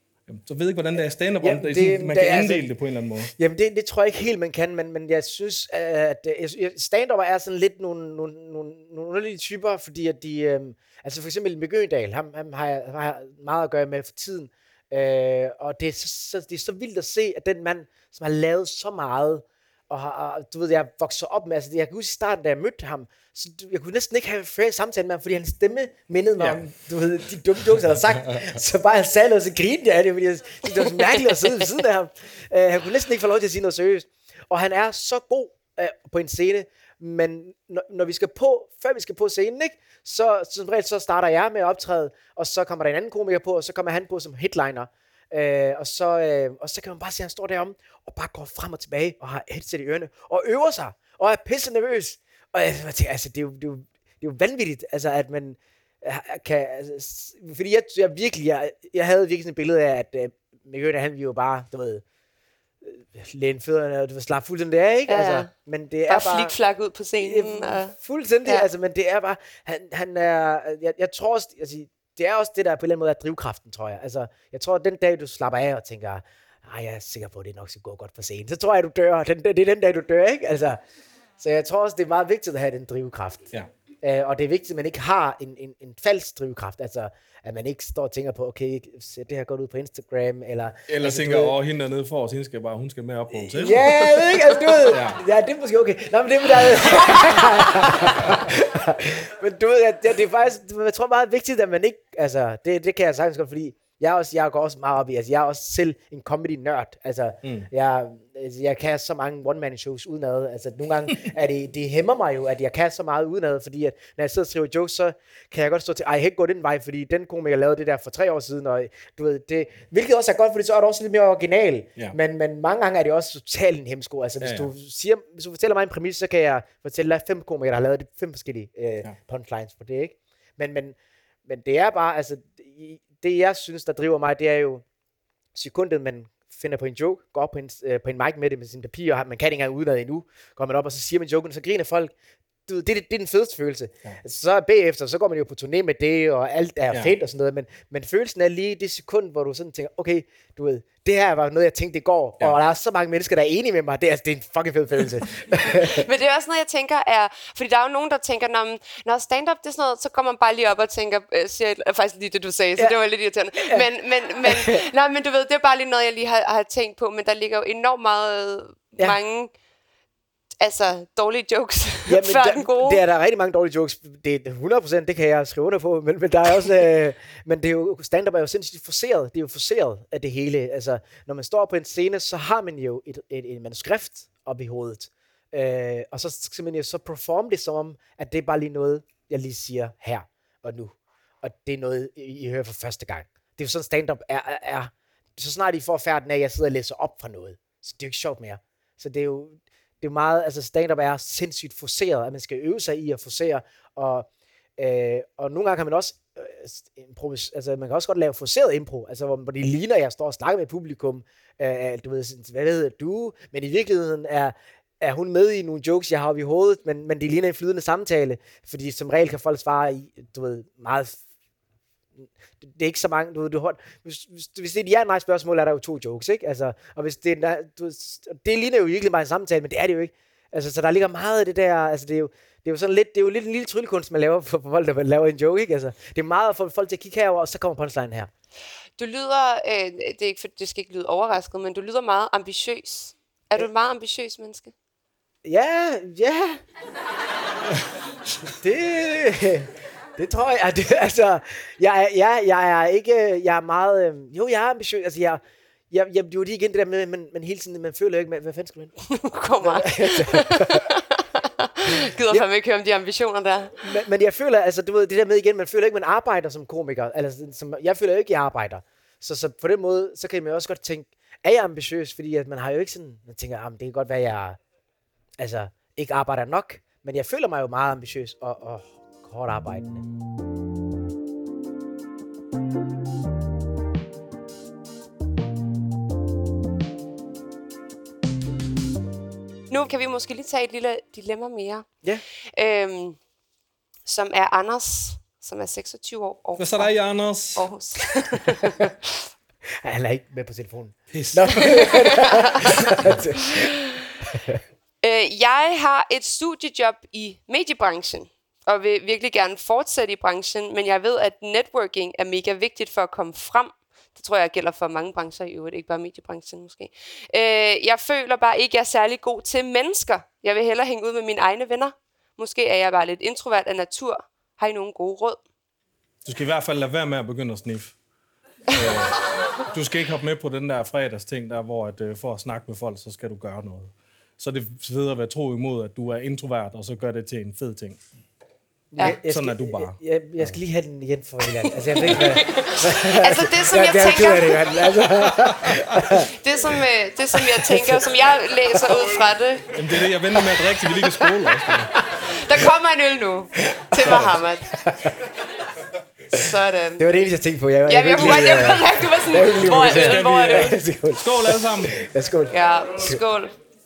Så ved ikke, hvordan det er stand-up, Ja, om det, det- sådan, man det kan er inddele altså- det på en eller anden måde. Jamen, det, det tror jeg ikke helt, man kan, men, men jeg synes, at stand-up er sådan lidt nogle, nogle, nogle, nogle underlige typer, fordi at de, øhm, altså for eksempel Mikke Øgendahl, ham, ham har jeg har jeg meget at gøre med for tiden, øh, og det er, så, så, det er så vildt at se, at den mand, som har lavet så meget, og har, og, du ved, jeg vokset op med, altså jeg kan huske i starten, da jeg mødte ham, så du- jeg kunne næsten ikke have en samtale med ham, fordi hans stemme mindede mig Ja. om, du ved, de dumme jokes, han havde sagt, så bare han sagde noget, så grinede jeg af det, fordi jeg syntes, det var så mærkeligt at sidde ved siden af ham. Uh, han kunne næsten ikke få lov til at sige noget seriøst. Og han er så god uh, på en scene, men når, når vi skal på, før vi skal på scenen, ikke, så som regel så starter jeg med at optræde, og så kommer der en anden komiker på, og så kommer han på som headliner. Uh, og, så, uh, og så kan man bare se, at han står derom, og bare går frem og tilbage, og har headset i ørerne, og øver sig, og er pisse nervøs. Og jeg tænker, altså, det er jo, det er jo, det er jo vanvittigt, altså, at man øh, kan, altså, s- fordi jeg, jeg virkelig, jeg, jeg havde virkelig sådan et billede af, at uh, Mikke Øgendahl, han ville jo bare, du ved, øh, læne fødderne, og du ved, slappe fuldstændig af, ikke? Ja, ja. Altså, men det er Bare bare... flikflak ud på scenen. Og... Fuldstændig, ja. Ja. Altså, men det er bare, han, han er, jeg, jeg tror også, altså, det er også det, der på en eller anden måde er drivkraften, tror jeg. Altså, jeg tror, at den dag, du slapper af og tænker, ej, jeg er sikker på, at det nok skal gå godt på scenen, så tror jeg, du dør. Den, det er den dag, du dør, ikke? Altså, så jeg tror også, det er meget vigtigt at have den drivkraft. Ja. Uh, og det er vigtigt, at man ikke har en, en, en falsk drivkraft. Altså, at man ikke står og tænker på, okay, ser det her godt ud på Instagram, eller... Eller altså, tænker, du ved- åh, hende dernede for os, hende skal bare, hun skal med op på hotel. Ja, jeg ved ikke, altså du ved, Ja. ja. det er måske okay. Nå, men det er der... Men du ved, at det, det er faktisk, jeg tror meget vigtigt, at man ikke, altså, det, det kan jeg sagtens godt, fordi jeg, er også, jeg går også meget op i, altså jeg er også selv en comedy-nørd, altså, mm. jeg, altså, jeg kan så mange one-man-shows udenad, altså nogle gange, er det, det hæmmer mig jo, at jeg kan så meget udenad, fordi at, når jeg sidder og skriver jokes, så kan jeg godt stå til, ej, jeg kan ikke gå den vej, fordi den komiker lavede det der for tre år siden, og du ved, det, hvilket også er godt, fordi så er det også lidt mere original, Ja. men, men mange gange er det også totalt en hemsko, altså hvis, Ja, ja. Du siger, hvis du fortæller mig en præmis, så kan jeg fortælle dig fem komikere, der har lavet det, fem forskellige øh, ja. punchlines på det, ikke? Men, men, men det er bare, altså, det jeg synes, der driver mig, det er jo sekundet, man finder på en joke, går op på en, øh, på en mic med det med sin papir, og man kan ikke engang udenad endnu, går man op, og så siger man joken, så griner folk. du, det, det, det er den fedeste følelse. Ja. Altså, så bagefter, så går man jo på turné med det, og alt er ja. fedt og sådan noget, men, men følelsen er lige det sekund, hvor du sådan tænker, okay, du ved, det her var noget, jeg tænkte i går, ja. og der er så mange mennesker, der er enige med mig, det er, altså, det er en fucking fed følelse. Men det er også noget, jeg tænker er, fordi der er jo nogen, der tænker, når, når stand-up det er sådan noget, så kommer man bare lige op og tænker, øh, siger jeg, faktisk lige det, du sagde, så ja. det var lidt irriterende. Ja. Men, men, men, nej, men du ved, det er bare lige noget, jeg lige har, har tænkt på, men der ligger jo enormt meget, ja. mange, altså, dårlige jokes, ja, men før der, den gode. Det er der rigtig mange dårlige jokes, det er hundrede procent, det kan jeg skrive under på, men, men der er også, øh, men det er jo, stand-up er jo sindssygt forceret, det er jo forceret af det hele, altså, når man står på en scene, så har man jo et, et, et manuskript op i hovedet, øh, og så skal man jo så performe det som om, at det er bare lige noget, jeg lige siger her og nu, og det er noget, I, I hører for første gang. Det er jo sådan, stand-up er, er, er, så snart I får færden af, at jeg sidder og læser op fra noget, så det er jo ikke sjovt mere. Så det er jo, det er jo meget, altså stand-up er sindssygt forceret, at man skal øve sig i at forcere, og, øh, og nogle gange kan man også, øh, improvis, altså man kan også godt lave forceret impro, altså hvor, hvor det ligner, at jeg står og snakker med et publikum, øh, du ved, hvad hedder du, men i virkeligheden er, er hun med i nogle jokes, jeg har oppe i hovedet, men, men det ligner en flydende samtale, fordi som regel kan folk svare i, du ved, meget. Det er ikke så mange, du ved, du hvis, hvis, hvis det er et ja-nej spørgsmål, er der jo to jokes, ikke? Altså, og hvis det er, du, det ligner jo virkelig meget en samtale, men det er det jo ikke. Altså, så der ligger meget af det der, altså det er jo, det er jo sådan lidt, det er jo lidt en lille tryllekunst, man laver for, for folk, der laver en joke, ikke? Altså, det er meget at få folk til at kigge herover, og så kommer punchline her. Du lyder, øh, det, er ikke, det skal ikke lyde overrasket, men du lyder meget ambitiøs. Er du et meget ambitiøs menneske? Ja, ja. det... Det tror jeg, det, altså, jeg, jeg, jeg er ikke, jeg er meget, øh, jo, jeg er ambitiøs, altså, jeg, jeg, jeg, det er jo lige igen det der med, men, men hele tiden, man føler ikke, hvad, hvad fanden skal man? Kom meget. Gider fandme ikke høre om de ambitioner der. Men, men jeg føler, altså, du ved, det der med igen, man føler ikke, man arbejder som komiker, altså, som, jeg føler ikke, jeg arbejder, så, så på den måde, så kan man også godt tænke, er jeg ambitiøs, fordi at man har jo ikke sådan, man tænker, ah, det kan godt være, at jeg, altså, ikke arbejder nok, men jeg føler mig jo meget ambitiøs, og, og hårdt arbejdende. Nu kan vi måske lige tage et lille dilemma mere. Ja. Øhm, som er Anders, som er seksogtyve år. Og hvad så der i Anders? Aarhus. Han er ikke med på telefonen. Pis. øh, jeg har et studiejob i mediebranchen, og vil virkelig gerne fortsætte i branchen, men jeg ved, at networking er mega vigtigt for at komme frem. Det tror jeg gælder for mange brancher i øvrigt, ikke bare mediebranchen måske. Øh, jeg føler bare ikke, at jeg er særlig god til mennesker. Jeg vil hellere hænge ud med mine egne venner. Måske er jeg bare lidt introvert af natur. Har I nogle gode råd? Du skal i hvert fald lade være med at begynde at sniffe. øh, du skal ikke hoppe med på den der fredagsting, der, hvor at, øh, for at snakke med folk, så skal du gøre noget. Så er det federe at være tro imod, at du er introvert, og så gør det til en fed ting. Ja. Jeg, jeg Sådan skal, er du bare. Jeg, jeg, jeg skal lige have den igen for Jylland. Altså, jeg ved ikke, hvad... altså, det som jeg, jeg tænker... Det, altså. det, som, det, som jeg tænker, som jeg læser ud fra det... Jamen, det er det, jeg venter med at drikke, til vi lige kan skåle også. Der kommer en øl nu til Mohammed. Sådan. Det var det eneste, jeg tænkte på. Jeg, ja, jeg, jeg, kunne godt, jeg kunne mærke, du var sådan, hvor er øl, hvor er øl? Skål alle sammen. Ja, skål. Ja, skål.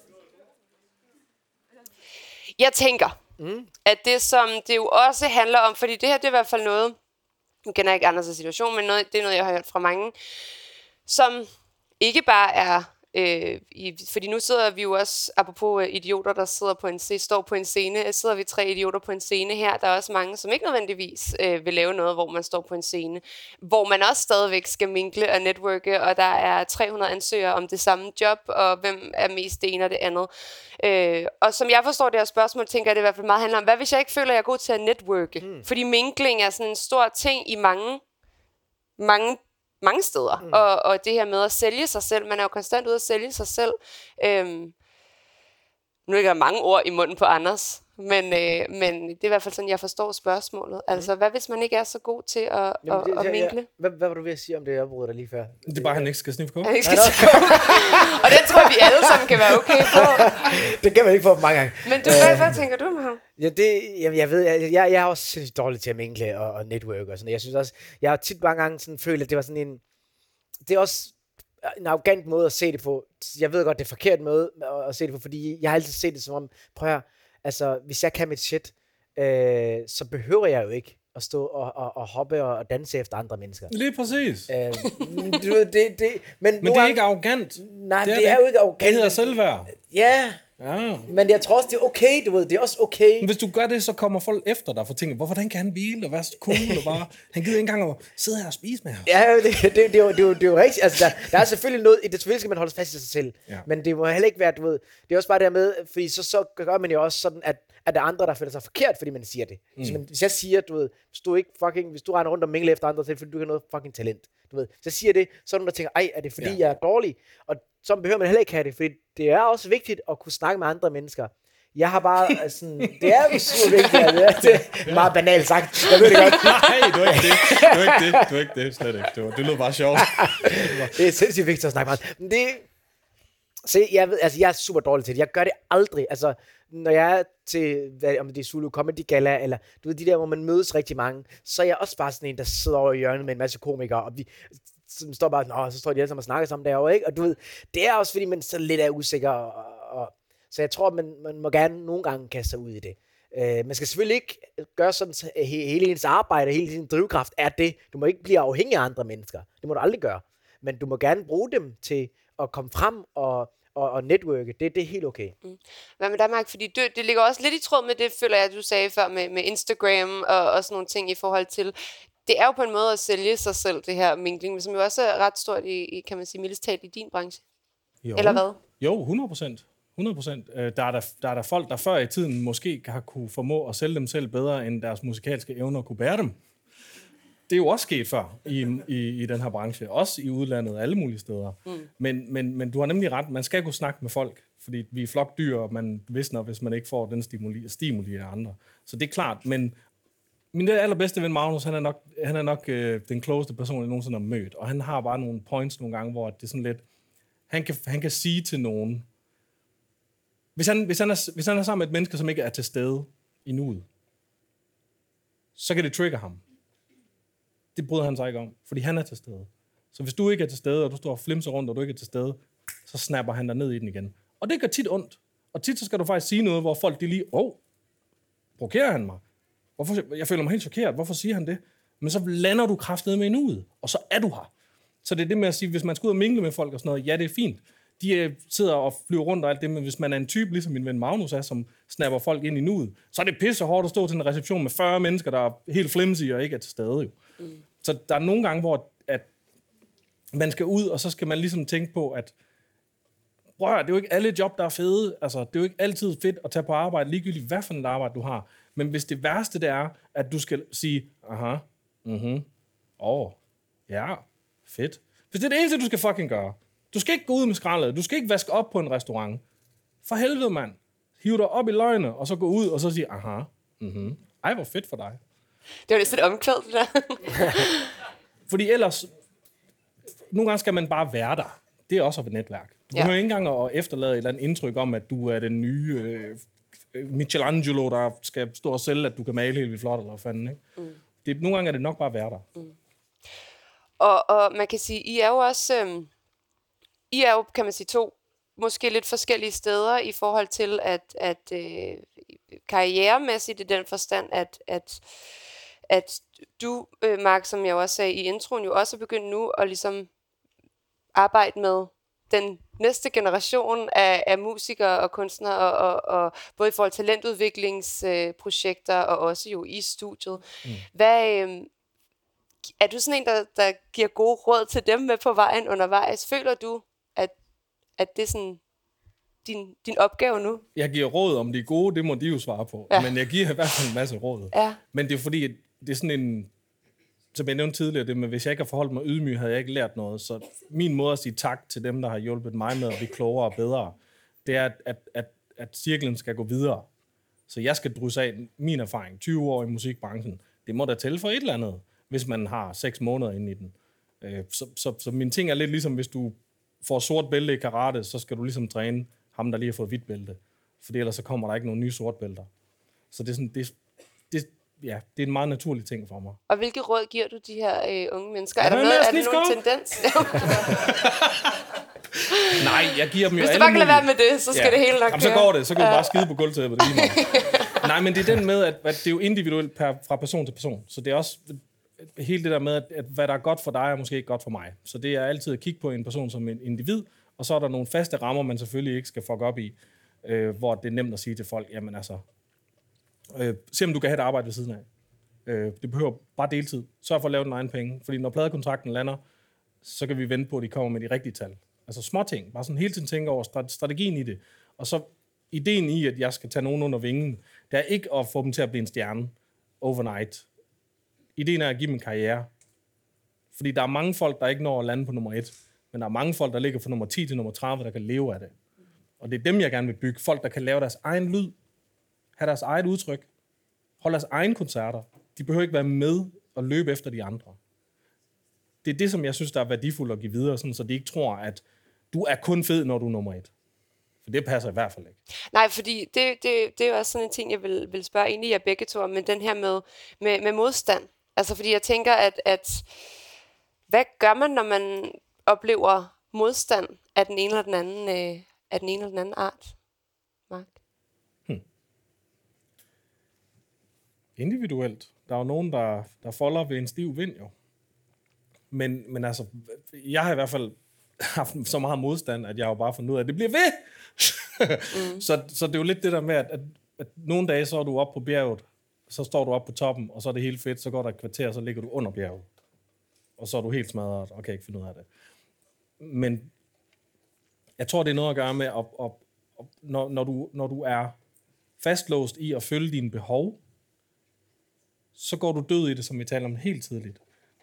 Jeg tænker, mm. at det som det jo også handler om, fordi det her, det er i hvert fald noget, nu kender jeg ikke Anders' situation, men noget, det er noget, jeg har hørt fra mange, som ikke bare er, øh, i, fordi nu sidder vi jo også, apropos øh, idioter, der sidder på en, står på en scene, sidder vi tre idioter på en scene her, der er også mange, som ikke nødvendigvis øh, vil lave noget, hvor man står på en scene, hvor man også stadigvæk skal minkle og networke, og der er tre hundrede ansøgere om det samme job, og hvem er mest det ene og det andet. Øh, og som jeg forstår det her spørgsmål, tænker jeg, det i hvert fald meget handler om, hvad hvis jeg ikke føler, at jeg er god til at networke? Mm. Fordi minkling er sådan en stor ting i mange, mange mange steder, mm. og, og det her med at sælge sig selv, man er jo konstant ude at sælge sig selv. Øhm, nu ligger der mange ord i munden på Anders, men, øh, men det er i hvert fald sådan, jeg forstår spørgsmålet. Mm. Altså, hvad hvis man ikke er så god til at, Jamen, det, at, at minkle? Ja. Hvad, hvad var du ved at sige om det, jeg brugte dig lige før? Det er bare, at han ikke skal sniffe kåbe. Han ikke skal sniffe kåbe. Og det tror jeg, vi alle sammen kan være okay på. Det kan man ikke få mange gange. Men du, hvad, hvad tænker du med ham? Ja, det, jeg, jeg ved, jeg, jeg, jeg er også sindssygt dårlig til at minkle og, og network og sådan. Jeg synes også, jeg har tit mange gange sådan følt, at det var sådan en, det er også en arrogant måde at se det på. Jeg ved godt, det er forkert måde at se det på, fordi jeg har altid set det som om, prøv at Altså, hvis jeg kan mit shit, øh, så behøver jeg jo ikke at stå og, og, og hoppe og, og danse efter andre mennesker. Lige præcis. Øh, du ved, det, det, men men det er ikke arrogant. Nej, det er, det er jo ikke arrogant. Det hedder selvværd. Ja, Ja. men jeg tror også, det er okay, du ved. Det er også okay. Men hvis du gør det, så kommer folk efter dig for ting. Hvor, hvordan kan han hvile og være så cool og bare... Han gider ikke engang at sidde her og spise med ham. Ja, det, det, det, det, er jo, det, er jo, det er jo rigtigt. Altså, der, der er selvfølgelig noget... Det selvfølgelig skal man holde fast i sig selv. Ja. Men det må heller ikke være, du ved... Det er også bare det med... Fordi så, så gør man jo også sådan, at, at der er andre, der føler sig forkert, fordi man siger det. Mm. Man, hvis jeg siger, du ved... Hvis du ikke fucking... Hvis du render rundt og mingler efter andre, så er det fordi du ikke har noget fucking talent. Du ved. Hvis jeg siger det, så er nogen, der tænker, ej, er det fordi, ja. jeg er dårlig? Og så behøver man heller ikke have det, fordi det er også vigtigt at kunne snakke med andre mennesker. Jeg har bare sådan... Det er jo super vigtigt, at det er meget banalt sagt. Jeg ved det godt. Nej, du er ikke det. Du er ikke det. Du er ikke det. Slet ikke. Det, var, det lød bare sjovt. Det er sindssygt vigtigt at snakke meget. Men det... Se, jeg ved, altså jeg er super dårlig til det. Jeg gør det aldrig. Altså, når jeg er til, hvad, om det er Zulu Comedy Gala, eller du ved, de der, hvor man mødes rigtig mange, så er jeg også bare sådan en, der sidder over i hjørnet med en masse komikere, og vi som står bare, nå, så står de alle sammen og snakker sammen derovre, ikke? Og du ved, det er også fordi, man så lidt er usikker, og, og, så jeg tror, man, man må gerne nogle gange kaste sig ud i det. Uh, man skal selvfølgelig ikke gøre sådan, at hele ens arbejde, hele sin drivkraft er det. Du må ikke blive afhængig af andre mennesker. Det må du aldrig gøre. Men du må gerne bruge dem til at komme frem og, og, og networke. Det, det er helt okay. Mm. Hvad med dig, Mark? Fordi det, det ligger også lidt i tråd med det, føler jeg, du sagde før med, med Instagram og, og sådan nogle ting i forhold til... Det er jo på en måde at sælge sig selv, det her mingling, som jo også er ret stort i, i kan man sige, mildest talt i din branche. Jo. Eller hvad? Jo, hundrede procent. hundrede procent. Der er der, der er der folk, der før i tiden måske har kunne formå at sælge dem selv bedre, end deres musikalske evner kunne bære dem. Det er jo også sket før i, i, i den her branche. Også i udlandet, alle mulige steder. Mm. Men, men, men du har nemlig ret. Man skal kunne snakke med folk, fordi vi er flokdyr, og man visner, hvis man ikke får den stimuli, stimuli af andre. Så det er klart, men min allerbedste ven Magnus, han er nok, han er nok øh, den klogeste person, jeg nogensinde har mødt. Og han har bare nogle points nogle gange, hvor det er sådan lidt... Han kan, han kan sige til nogen... Hvis han, hvis, han er, hvis han er sammen med et menneske, som ikke er til stede i nuet, så kan det trigge ham. Det bryder han sig ikke om, fordi han er til stede. Så hvis du ikke er til stede, og du står og flimser rundt, og du ikke er til stede, så snapper han dig ned i den igen. Og det gør tit ondt. Og tit så skal du faktisk sige noget, hvor folk de lige... Åh, oh, provokerer han mig? Hvorfor, jeg føler mig helt chokeret. Hvorfor siger han det? Men så lander du kraftedeme med i nuet, og så er du her. Så det er det med at sige, hvis man skal ud og mingle med folk og sådan noget, ja, det er fint. De uh, sidder og flyver rundt og alt det, men hvis man er en type, ligesom min ven Magnus er, som snapper folk ind i nuet, så er det pisse hårdt at stå til en reception med fyrre mennesker, der er helt flimsy og ikke er til stede. Jo. Mm. Så der er nogle gange, hvor at man skal ud, og så skal man ligesom tænke på, at prøv at høre, det er jo ikke alle job, der er fede. Altså, det er jo ikke altid fedt at tage på arbejde, ligegyldigt hvad for et arbejde du har. Men hvis det værste det er, at du skal sige, aha, mhm, åh, oh, ja, fedt. Hvis det er det eneste, du skal fucking gøre. Du skal ikke gå ud med skraldet. Du skal ikke vaske op på en restaurant. For helvede, mand. Hiv dig op i løgne, og så gå ud, og så sige, aha, mhm, ej, hvor fedt for dig. Det var lidt et omkvæd, det der. Fordi ellers, nogle gange skal man bare være der. Det er også et netværk. Du behøver ja. ikke engang at efterlade et eller andet indtryk om, at du er den nye øh, Michelangelo, der skal stå og sælge, at du kan male helt vildt flot, eller hvad fanden, ikke? Mm. Det, nogle gange er det nok bare at være der. Mm. Og, og man kan sige, I er jo også, øhm, I er jo, kan man sige, to måske lidt forskellige steder i forhold til, at, at øh, karrieremæssigt i den forstand, at, at, at du, øh, Mark, som jeg også sagde i introen, jo også er begyndt nu at ligesom arbejde med den næste generation af, af musikere og kunstnere, og, og, og både i forhold til talentudviklingsprojekter, øh, og også jo i studiet. Mm. Hvad, øh, er du sådan en, der, der giver gode råd til dem med på vejen undervejs? Føler du, at, at det er sådan din, din opgave nu? Jeg giver råd, om de er gode, det må de jo svare på. Ja. Men jeg giver i hvert fald en masse råd. Ja. Men det er fordi, det er sådan en... Som jeg nævnte tidligere, det med, hvis jeg ikke har forholdt mig ydmyg, havde jeg ikke lært noget. Så min måde at sige tak til dem, der har hjulpet mig med at blive klogere og bedre, det er, at, at, at, at cirklen skal gå videre. Så jeg skal drysse af min erfaring. tyve år i musikbranchen. Det må da tælle for et eller andet, hvis man har seks måneder inde i den. Så, så, så min ting er lidt ligesom, hvis du får sort bælte i karate, så skal du ligesom træne ham, der lige har fået hvidt bælte. For ellers så kommer der ikke nogen nye sort bælter. Så det er sådan... Det, det, Ja, det er en meget naturlig ting for mig. Og hvilke råd giver du de her øh, unge mennesker? Er der, noget, er der nogen tendens? Nej, jeg giver dem jo Hvis du alle bare kan lade være mulige- med det, så skal det hele nok Jamen, så køre. går det. Så kan du bare skide på gulvtæppet. Det er lige meget. Nej, men det er den med, at, at det er jo individuelt per, fra person til person. Så det er også hele det der med, at, at hvad der er godt for dig, er måske ikke godt for mig. Så det er altid at kigge på en person som en individ, og så er der nogle faste rammer, man selvfølgelig ikke skal fuck op i, øh, hvor det er nemt at sige til folk, jamen altså, øh, se om du kan have et arbejde ved siden af. Øh, det behøver bare deltid. Sørg for at lave den egen penge. Fordi når pladekontrakten lander, så kan vi vente på, at de kommer med de rigtige tal. Altså små ting. Bare sådan hele tiden tænke over strategien i det. Og så ideen i, at jeg skal tage nogen under vingen, det er ikke at få dem til at blive en stjerne overnight. Ideen er at give dem en karriere. Fordi der er mange folk, der ikke når at lande på nummer et. Men der er mange folk, der ligger fra nummer ti til nummer tredive, der kan leve af det. Og det er dem, jeg gerne vil bygge. Folk, der kan lave deres egen lyd. Have deres eget udtryk. Holde deres egen koncerter. De behøver ikke være med og løbe efter de andre. Det er det, som jeg synes, der er værdifuldt at give videre, sådan, så de ikke tror, at du er kun fed, når du er nummer et. For det passer i hvert fald ikke. Nej, fordi det, det, det er jo også sådan en ting, jeg vil, vil spørge egentlig jer begge to om, men den her med, med, med modstand. Altså fordi jeg tænker, at, at hvad gør man, når man oplever modstand af den ene eller den anden, øh, af den ene eller den anden art? Mark? Hmm. Individuelt. Der er jo nogen, der, der folder ved en stiv vind, jo. Men, men altså, jeg har i hvert fald haft så meget modstand, at jeg har jo bare fundet ud af, at det bliver ved. mm. så, så det er jo lidt det der med, at, at, at nogle dage, så er du oppe på bjerget, så står du oppe på toppen, og så er det helt fedt, så går der et kvarter, så ligger du under bjerget. Og så er du helt smadret, og kan ikke finde ud af det. Men jeg tror, det er noget at gøre med, at, at, at, når, når, du, når du er fastlåst i at følge dine behov, så går du død i det, som vi taler om helt tidligt.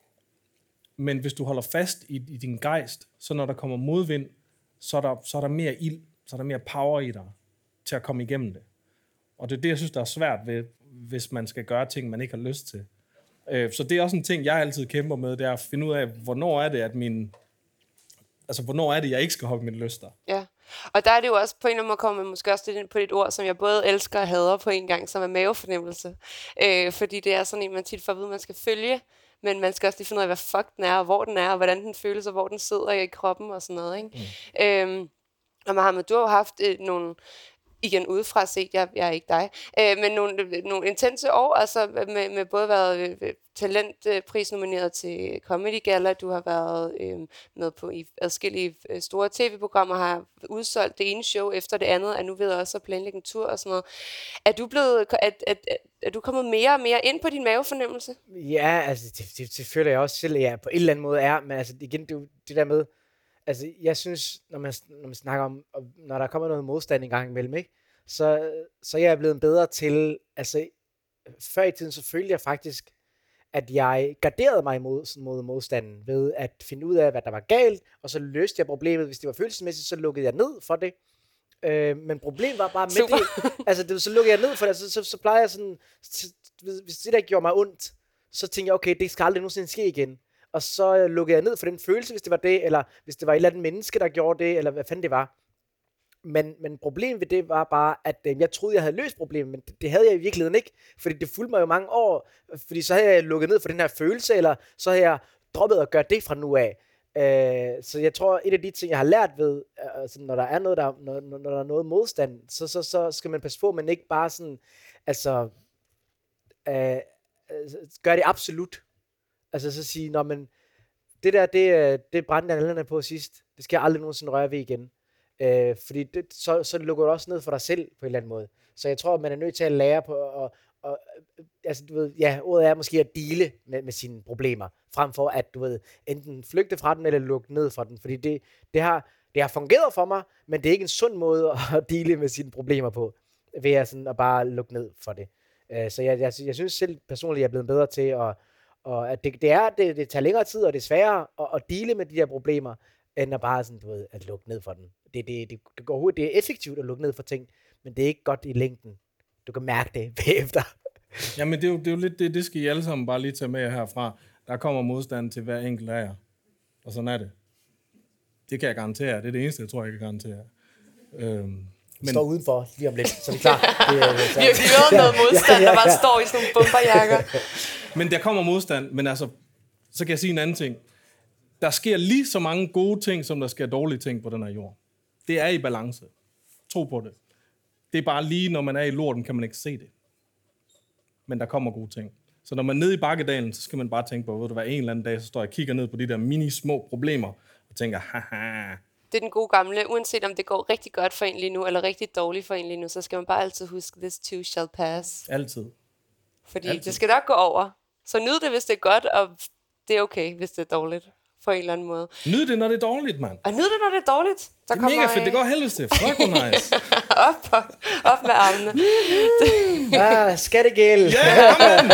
Men hvis du holder fast i, i din gejst, så når der kommer modvind, så er der, så er der mere ild, så er der mere power i dig til at komme igennem det. Og det er det, jeg synes, der er svært ved, hvis man skal gøre ting, man ikke har lyst til. Øh, så det er også en ting, jeg altid kæmper med, det er at finde ud af, hvornår er det, at min... Altså, hvornår er det, jeg ikke skal hoppe mine lyster? Ja, og der er det jo også på en eller anden måde kommet måske også lidt ind på et ord, som jeg både elsker og hader på en gang, som er mavefornemmelse. Øh, fordi det er sådan en, man tit får at vide, man skal følge, men man skal også lige finde ud af, hvad fuck den er, og hvor den er, og hvordan den føles, og hvor den sidder i kroppen og sådan noget, ikke? Mm. Øhm, og Mohammed, du har jo haft øh, nogle... igen udefra set, jeg, jeg er ikke dig, øh, men nogle, nogle intense år, altså med, med både været øh, talentpris nomineret til Comedy Gala, du har været øh, med på i adskillige øh, store tv-programmer, har udsolgt det ene show efter det andet, er nu ved også at planlægge en tur og sådan noget. Er du blevet, er, er, er, er du kommet mere og mere ind på din mavefornemmelse? Ja, altså det, det, det føler jeg også selv, at jeg på en eller anden måde er, men altså igen, det, det der med, altså jeg synes, når man, når man snakker om, når der kommer noget modstand en gang imellem, ikke? Så, så jeg er blevet bedre til, altså før i tiden, så følte jeg faktisk, at jeg garderede mig mod, mod modstanden, ved at finde ud af, hvad der var galt, og så løste jeg problemet. Hvis det var følelsesmæssigt, så lukkede jeg ned for det. Øh, men problemet var bare med det. Altså, det, så lukkede jeg ned for det, så, så, så plejer jeg sådan, hvis det der gjorde mig ondt, så tænkte jeg, okay, det skal aldrig nogensinde ske igen. Og så lukkede jeg ned for den følelse, hvis det var det, eller hvis det var et eller andet menneske, der gjorde det, eller hvad fanden det var. Men, men problemet ved det var bare, at øh, jeg troede, jeg havde løst problemet, men det, det havde jeg i virkeligheden ikke, fordi det fulgte mig jo mange år, fordi så havde jeg lukket ned for den her følelse, eller så havde jeg droppet at gøre det fra nu af. Øh, så jeg tror, et af de ting, jeg har lært ved, altså, når der er noget, der, når, når der er noget modstand, så, så, så skal man passe på, men ikke bare sådan, altså, øh, gøre det absolut. Altså så sige, nå, men det der, det, det brændte jeg nallerne på sidst, det skal jeg aldrig nogensinde røre ved igen. Øh, fordi det, så, så lukker du også ned for dig selv på en eller anden måde. Så jeg tror, at man er nødt til at lære på, og, og, altså du ved, ja, ordet er måske at dele med, med sine problemer, frem for at du ved, enten flygte fra den, eller lukke ned fra den, fordi det, det, har, det har fungeret for mig, men det er ikke en sund måde at dele med sine problemer på, ved at, sådan, at bare lukke ned for det. Øh, så jeg, jeg, jeg synes selv personligt, jeg er blevet bedre til, at, og at det, det, er, det, det tager længere tid, og det er sværere at, at dele med de der problemer, end at bare sådan, du ved, at lukke ned for den. Det, det, det, det, går hurtigt, det er effektivt at lukke ned for ting, men det er ikke godt i længden. Du kan mærke det bagefter. Jamen, det er jo, det er jo lidt det, det skal I alle sammen bare lige tage med herfra. Der kommer modstand til hver enkelt af jer. Og sådan er det. Det kan jeg garantere. Det er det eneste, jeg tror, jeg kan garantere. Øhm, men står udenfor lige om lidt, så er det klar. Det, det, så. Vi har hørt noget modstand, der bare står i sådan nogle bomberjakker. Men der kommer modstand, men altså, så kan jeg sige en anden ting. der sker lige så mange gode ting, som der sker dårlige ting på den her jord. Det er i balance. Tro på det. Det er bare lige, når man er i lorten, kan man ikke se det. Men der kommer gode ting. Så når man er nede i bakkedalen, så skal man bare tænke på, ved du hvad, en eller anden dag, så står jeg og kigger ned på de der mini-små problemer, og tænker, haha. Det er den gode gamle, uanset om det går rigtig godt for en lige nu, eller rigtig dårligt for en lige nu, så skal man bare altid huske, this too shall pass. Altid. Fordi Altid. det skal nok gå over. Så nyd det, hvis det er godt, og det er okay, hvis det er dårligt. På en eller anden måde. Nyd det, når det er dårligt, mand. Og nyd det, når det er dårligt. Der det er mega fedt, det går helvedes til. Fuck, hvor nice. op, på, op med armene. ah, skattegæld. Ja, man.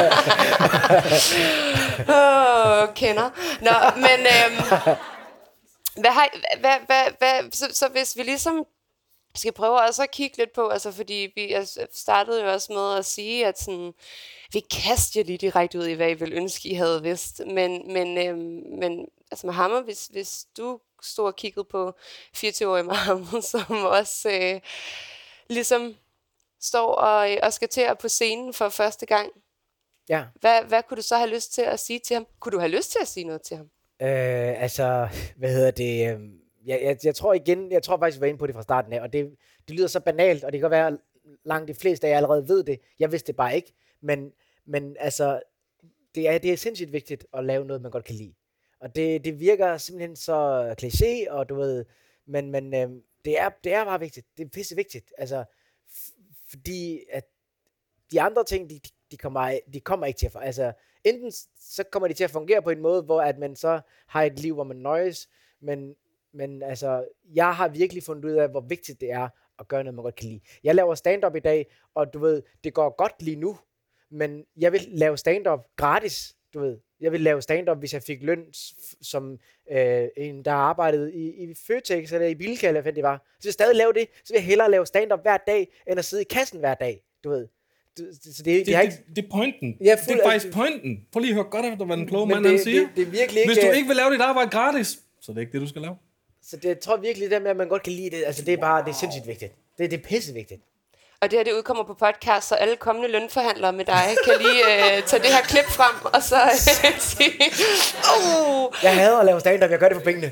Åh, oh, kender. Nå, men øhm, hvad har, hvad, hvad, hvad, så, så hvis vi ligesom skal prøve også at kigge lidt på, altså fordi vi startede jo også med at sige, at sådan, vi kaster lige direkte ud i, hvad I ville ønske, I havde vidst. Men, men, øhm, men altså Mohammed, hvis, hvis du stod og kiggede på fireogtyve-årige Mohammed, som også øh, ligesom står og, og skal til at på scenen for første gang. Ja. Hvad, hvad kunne du så have lyst til at sige til ham? Kunne du have lyst til at sige noget til ham? Øh, altså, hvad hedder det? Jeg, jeg, jeg tror igen, jeg tror faktisk, jeg var inde på det fra starten af, og det, det lyder så banalt, og det kan være, at langt de fleste af jer allerede ved det. Jeg vidste det bare ikke. Men, men altså, det er, det er sindssygt vigtigt at lave noget, man godt kan lide. Og det, det virker simpelthen så kliché, og du ved, men, men øh, det, er, det er bare vigtigt. Det er pisse vigtigt. Altså, f- fordi at de andre ting, de, de, kommer, de kommer ikke til at... Altså, enten så kommer de til at fungere på en måde, hvor at man så har et liv, hvor man nøjes, men, men altså, jeg har virkelig fundet ud af, hvor vigtigt det er at gøre noget, man godt kan lide. Jeg laver stand-up i dag, og du ved, det går godt lige nu, men jeg vil lave stand-up gratis, du ved. Jeg vil lave stand-up, hvis jeg fik løn som øh, en, der har arbejdet i, i Føtex eller i Bilka, eller hvad det var. Så vil jeg stadig lave det, så vil jeg hellere lave stand-up hver dag, end at sidde i kassen hver dag, du ved. Du, så det, det, det, har det, ikke... det er pointen. Ja, fuld, det er faktisk pointen. Prøv lige at høre godt efter, hvad den kloge mand det, han siger. Det, det er virkelig ikke... Hvis du ikke vil lave dit arbejde gratis, så er det ikke det, du skal lave. Så det, jeg tror virkelig, det med, at man godt kan lide det, altså det er bare, det er sindssygt vigtigt. Det, det er pissevigtigt. Og det her, det udkommer på podcast, så alle kommende lønforhandlere med dig kan lige øh, tage det her klip frem, og så øh, sige, oh. Jeg hader at lave stand-up, jeg gør det for pengene.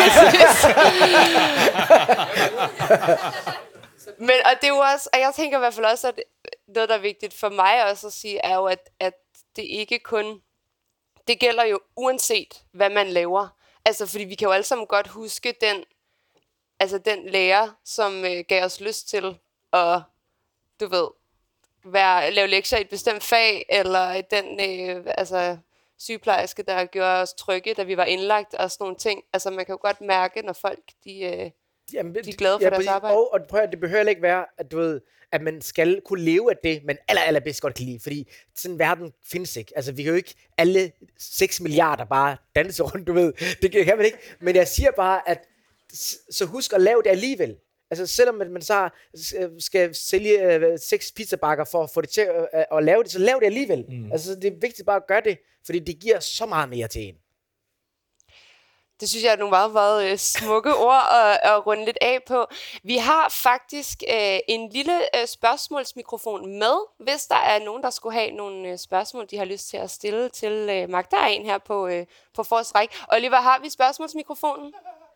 Men, og det er jo også, og jeg tænker i hvert fald også, at noget, der er vigtigt for mig også at sige, er jo, at, at det ikke kun, det gælder jo uanset, hvad man laver. Altså, fordi vi kan jo alle sammen godt huske den, altså den lærer, som øh, gav os lyst til at, du ved, være, lave lektier i et bestemt fag, eller den øh, altså, sygeplejerske, der gjorde os trygge, da vi var indlagt, og sådan nogle ting. Altså, man kan jo godt mærke, når folk, de, øh, Jamen, de er glade for ja, deres arbejde. Og, og prøv at, det behøver ikke være, at du ved, at man skal kunne leve af det, man aller, aller bedst godt kan lide, fordi sådan en verden findes ikke. Altså, vi kan jo ikke alle seks milliarder bare danse rundt, du ved. Det kan man ikke. Men jeg siger bare, at så husk at lave det alligevel. Altså, selvom man så skal sælge øh, seks pizzabakker for at få det til at, at lave det, så lav det alligevel. Mm. Altså, det er vigtigt bare at gøre det, fordi det giver så meget mere til en. Det synes jeg er nogle meget, meget øh, smukke ord at, at runde lidt af på. Vi har faktisk øh, en lille øh, spørgsmålsmikrofon med, hvis der er nogen, der skulle have nogle øh, spørgsmål, de har lyst til at stille til øh, Mark. Der er en her på, øh, på forreste række. Oliver, har vi spørgsmålsmikrofonen?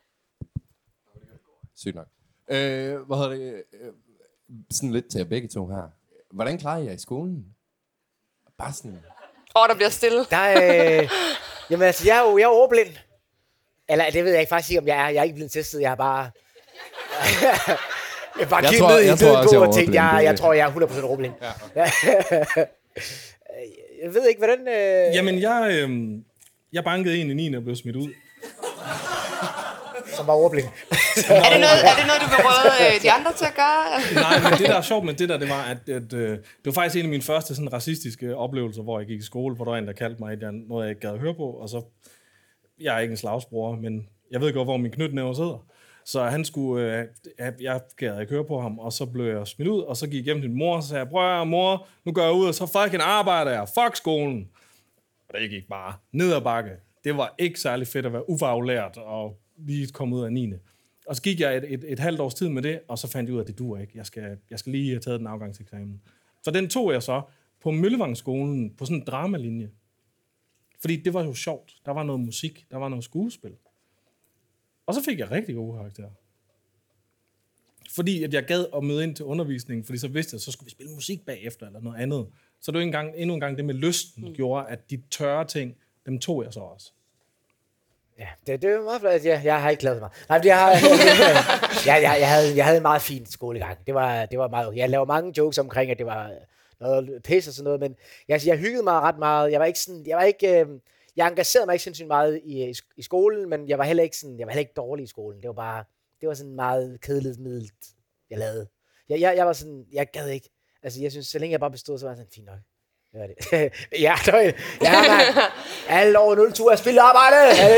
Sygt nok. Øh, hvad hedder det? Øh, sådan lidt til jer begge to her. Hvordan klarer I jer i skolen? Bare sådan... Åh, oh, der bliver stille. Der er, øh, jamen altså, jeg er jo jeg er overblind. Eller det ved jeg ikke faktisk ikke, om jeg er. Jeg er ikke blevet testet, jeg er bare... jeg er bare kigget ned i en død bog og tænkt, jeg, jeg tror, jeg er hundrede procent overblind. Ja. jeg ved ikke, hvordan... Øh... Jamen, jeg, øh, jeg bankede en i niende og blev smidt ud. Som var overblind. er, det noget, er det noget, du vil råde øh, de andre til at gøre? Nej, men det, der er sjovt med det der, det var, at, at øh, det var faktisk en af mine første sådan, racistiske oplevelser, hvor jeg gik i skole, hvor der var en, der kaldte mig, at jeg, noget, jeg ikke gad at høre på, og så... Jeg er ikke en slagsbror, men jeg ved godt, hvor min knytnæver sidder. Så han skulle, øh, jeg gad ikke høre på ham, og så blev jeg smidt ud, og så gik jeg hjem til min mor og sagde, prøv mor, nu går jeg ud, og så fucking arbejder jeg. Fuck skolen. Og det gik bare ned ad bakke. Det var ikke særlig fedt at være ufaglært og lige komme ud af niende. Og så gik jeg et, et, et halvt års tid med det, og så fandt jeg ud af, at det duer ikke. Jeg skal, jeg skal lige have taget den afgangseksamen. Så den tog jeg så på Møllevangsskolen på sådan en dramalinje. Fordi det var jo sjovt. Der var noget musik, der var noget skuespil. Og så fik jeg rigtig gode karakterer. Fordi at jeg gad at møde ind til undervisningen, fordi så vidste jeg, så skulle vi spille musik bagefter, eller noget andet. Så det var en gang, endnu en gang det med lysten, mm. gjorde, at de tørre ting, dem tog jeg så også. Ja, det, det er jo meget flot. Jeg, jeg har ikke lavet så meget. Nej, jeg, har, jeg, jeg, jeg, havde, jeg havde en meget fin skolegang. Det var, det var meget, jeg lavede mange jokes omkring, at det var noget pis og sådan noget, men jeg, jeg hyggede mig ret meget. Jeg var ikke sådan, jeg var ikke, øh, jeg engagerede mig ikke sindssygt meget i, i, i skolen, men jeg var heller ikke sådan, jeg var heller ikke dårlig i skolen. Det var bare, det var sådan meget kedeligt middelt, jeg lavede. Jeg, jeg, jeg var sådan, jeg gad ikke. Altså, jeg synes, så længe jeg bare bestod, så var jeg sådan, fint nok. Det var det. ja, det var det. Ja, man. Alle over nul to er spillet arbejde.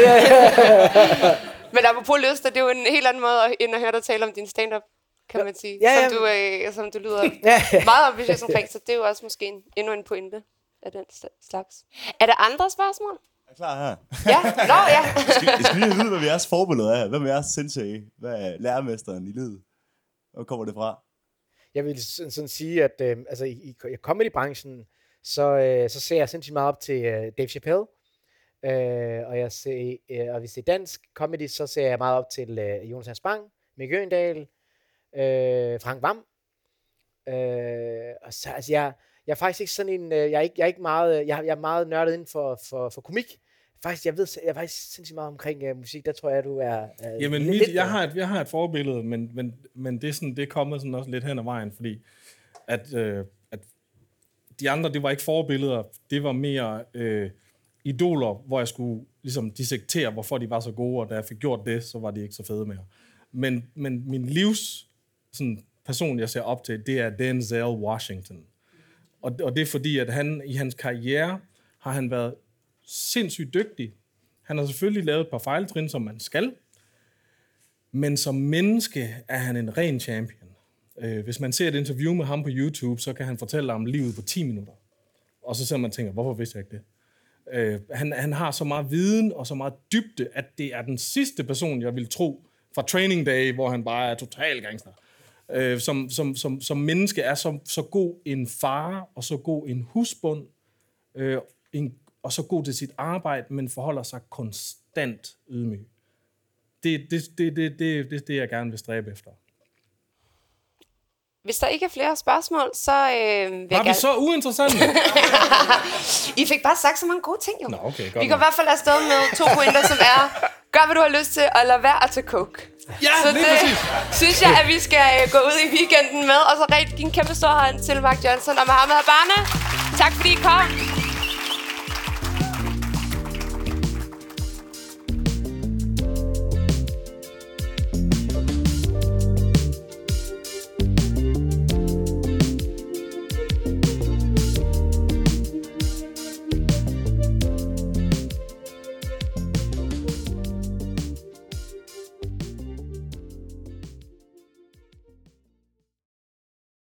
Men apropos lyster, det er jo en helt anden måde end at høre dig tale om din stand-up, kan man sige. Ja, ja. Som, du, øh, som du lyder meget ambitiøs omkring, så det er jo også måske en, endnu en pointe af den slags. Er der andre spørgsmål? Jeg er klar her. Ja, nå ja. Jeg skal, jeg skal lige vide, hvad jeres forbillede er. Hvem er jeres sensei? Hvad er lærermesteren i livet? Hvor kommer det fra? Jeg vil sådan, sådan sige, at øh, altså, i, i comedybranchen, så, øh, så ser jeg sindssygt meget op til øh, Dave Chappelle. Øh, og, jeg ser, øh, og hvis det er dansk comedy, så ser jeg meget op til øh, Jonas Hans Bang, Mikke Øgendahl, øh, Frank Hvam. Øh, og så, altså, jeg, jeg er faktisk ikke sådan en, øh, jeg er ikke, jeg er ikke meget, jeg, jeg er meget nørdet inden for, for, for komik. Faktisk, jeg ved, jeg er faktisk sindssygt meget omkring uh, musik. Der tror jeg, du er... Uh, Jamen, lidt, mit, lidt, jeg, har et, jeg har et forbillede, men, men, men det, er sådan, det er kommet sådan også lidt hen ad vejen, fordi at, øh, at de andre, det var ikke forbilleder. Det var mere øh, idoler, hvor jeg skulle ligesom dissektere, hvorfor de var så gode, og da jeg fik gjort det, så var de ikke så fede mere. Men, men min livs sådan, person, jeg ser op til, det er Denzel Washington. Og, og det er fordi, at han i hans karriere har han været sindssygt dygtig. Han har selvfølgelig lavet et par fejltrin, som man skal. Men som menneske er han en ren champion. Øh, hvis man ser et interview med ham på YouTube, så kan han fortælle om livet på ti minutter. Og så ser man tænker, hvorfor vidste jeg ikke det? Øh, han, han har så meget viden og så meget dybde, at det er den sidste person, jeg vil tro, fra Training Day, hvor han bare er total gangster. Øh, som, som, som, som menneske er så, så god en far, og så god en husbund, øh, en og så god til sit arbejde, men forholder sig konstant ydmyg. Det er det, det, det, det, det, det, jeg gerne vil stræbe efter. Hvis der ikke er flere spørgsmål, så øh, vil Var vi gerne... så uinteressante? I fik bare sagt så mange gode ting, jo. Nå, okay, godt vi kan i hvert fald afsted med to pointer, som er, gør hvad du har lyst til, og lad være at tage coke. Ja, så lige det præcis. synes jeg, at vi skal øh, gå ud i weekenden med, og så rigtig give en kæmpe stor hånd til Mark Johnson og Mohammed Habane. Tak fordi I kom.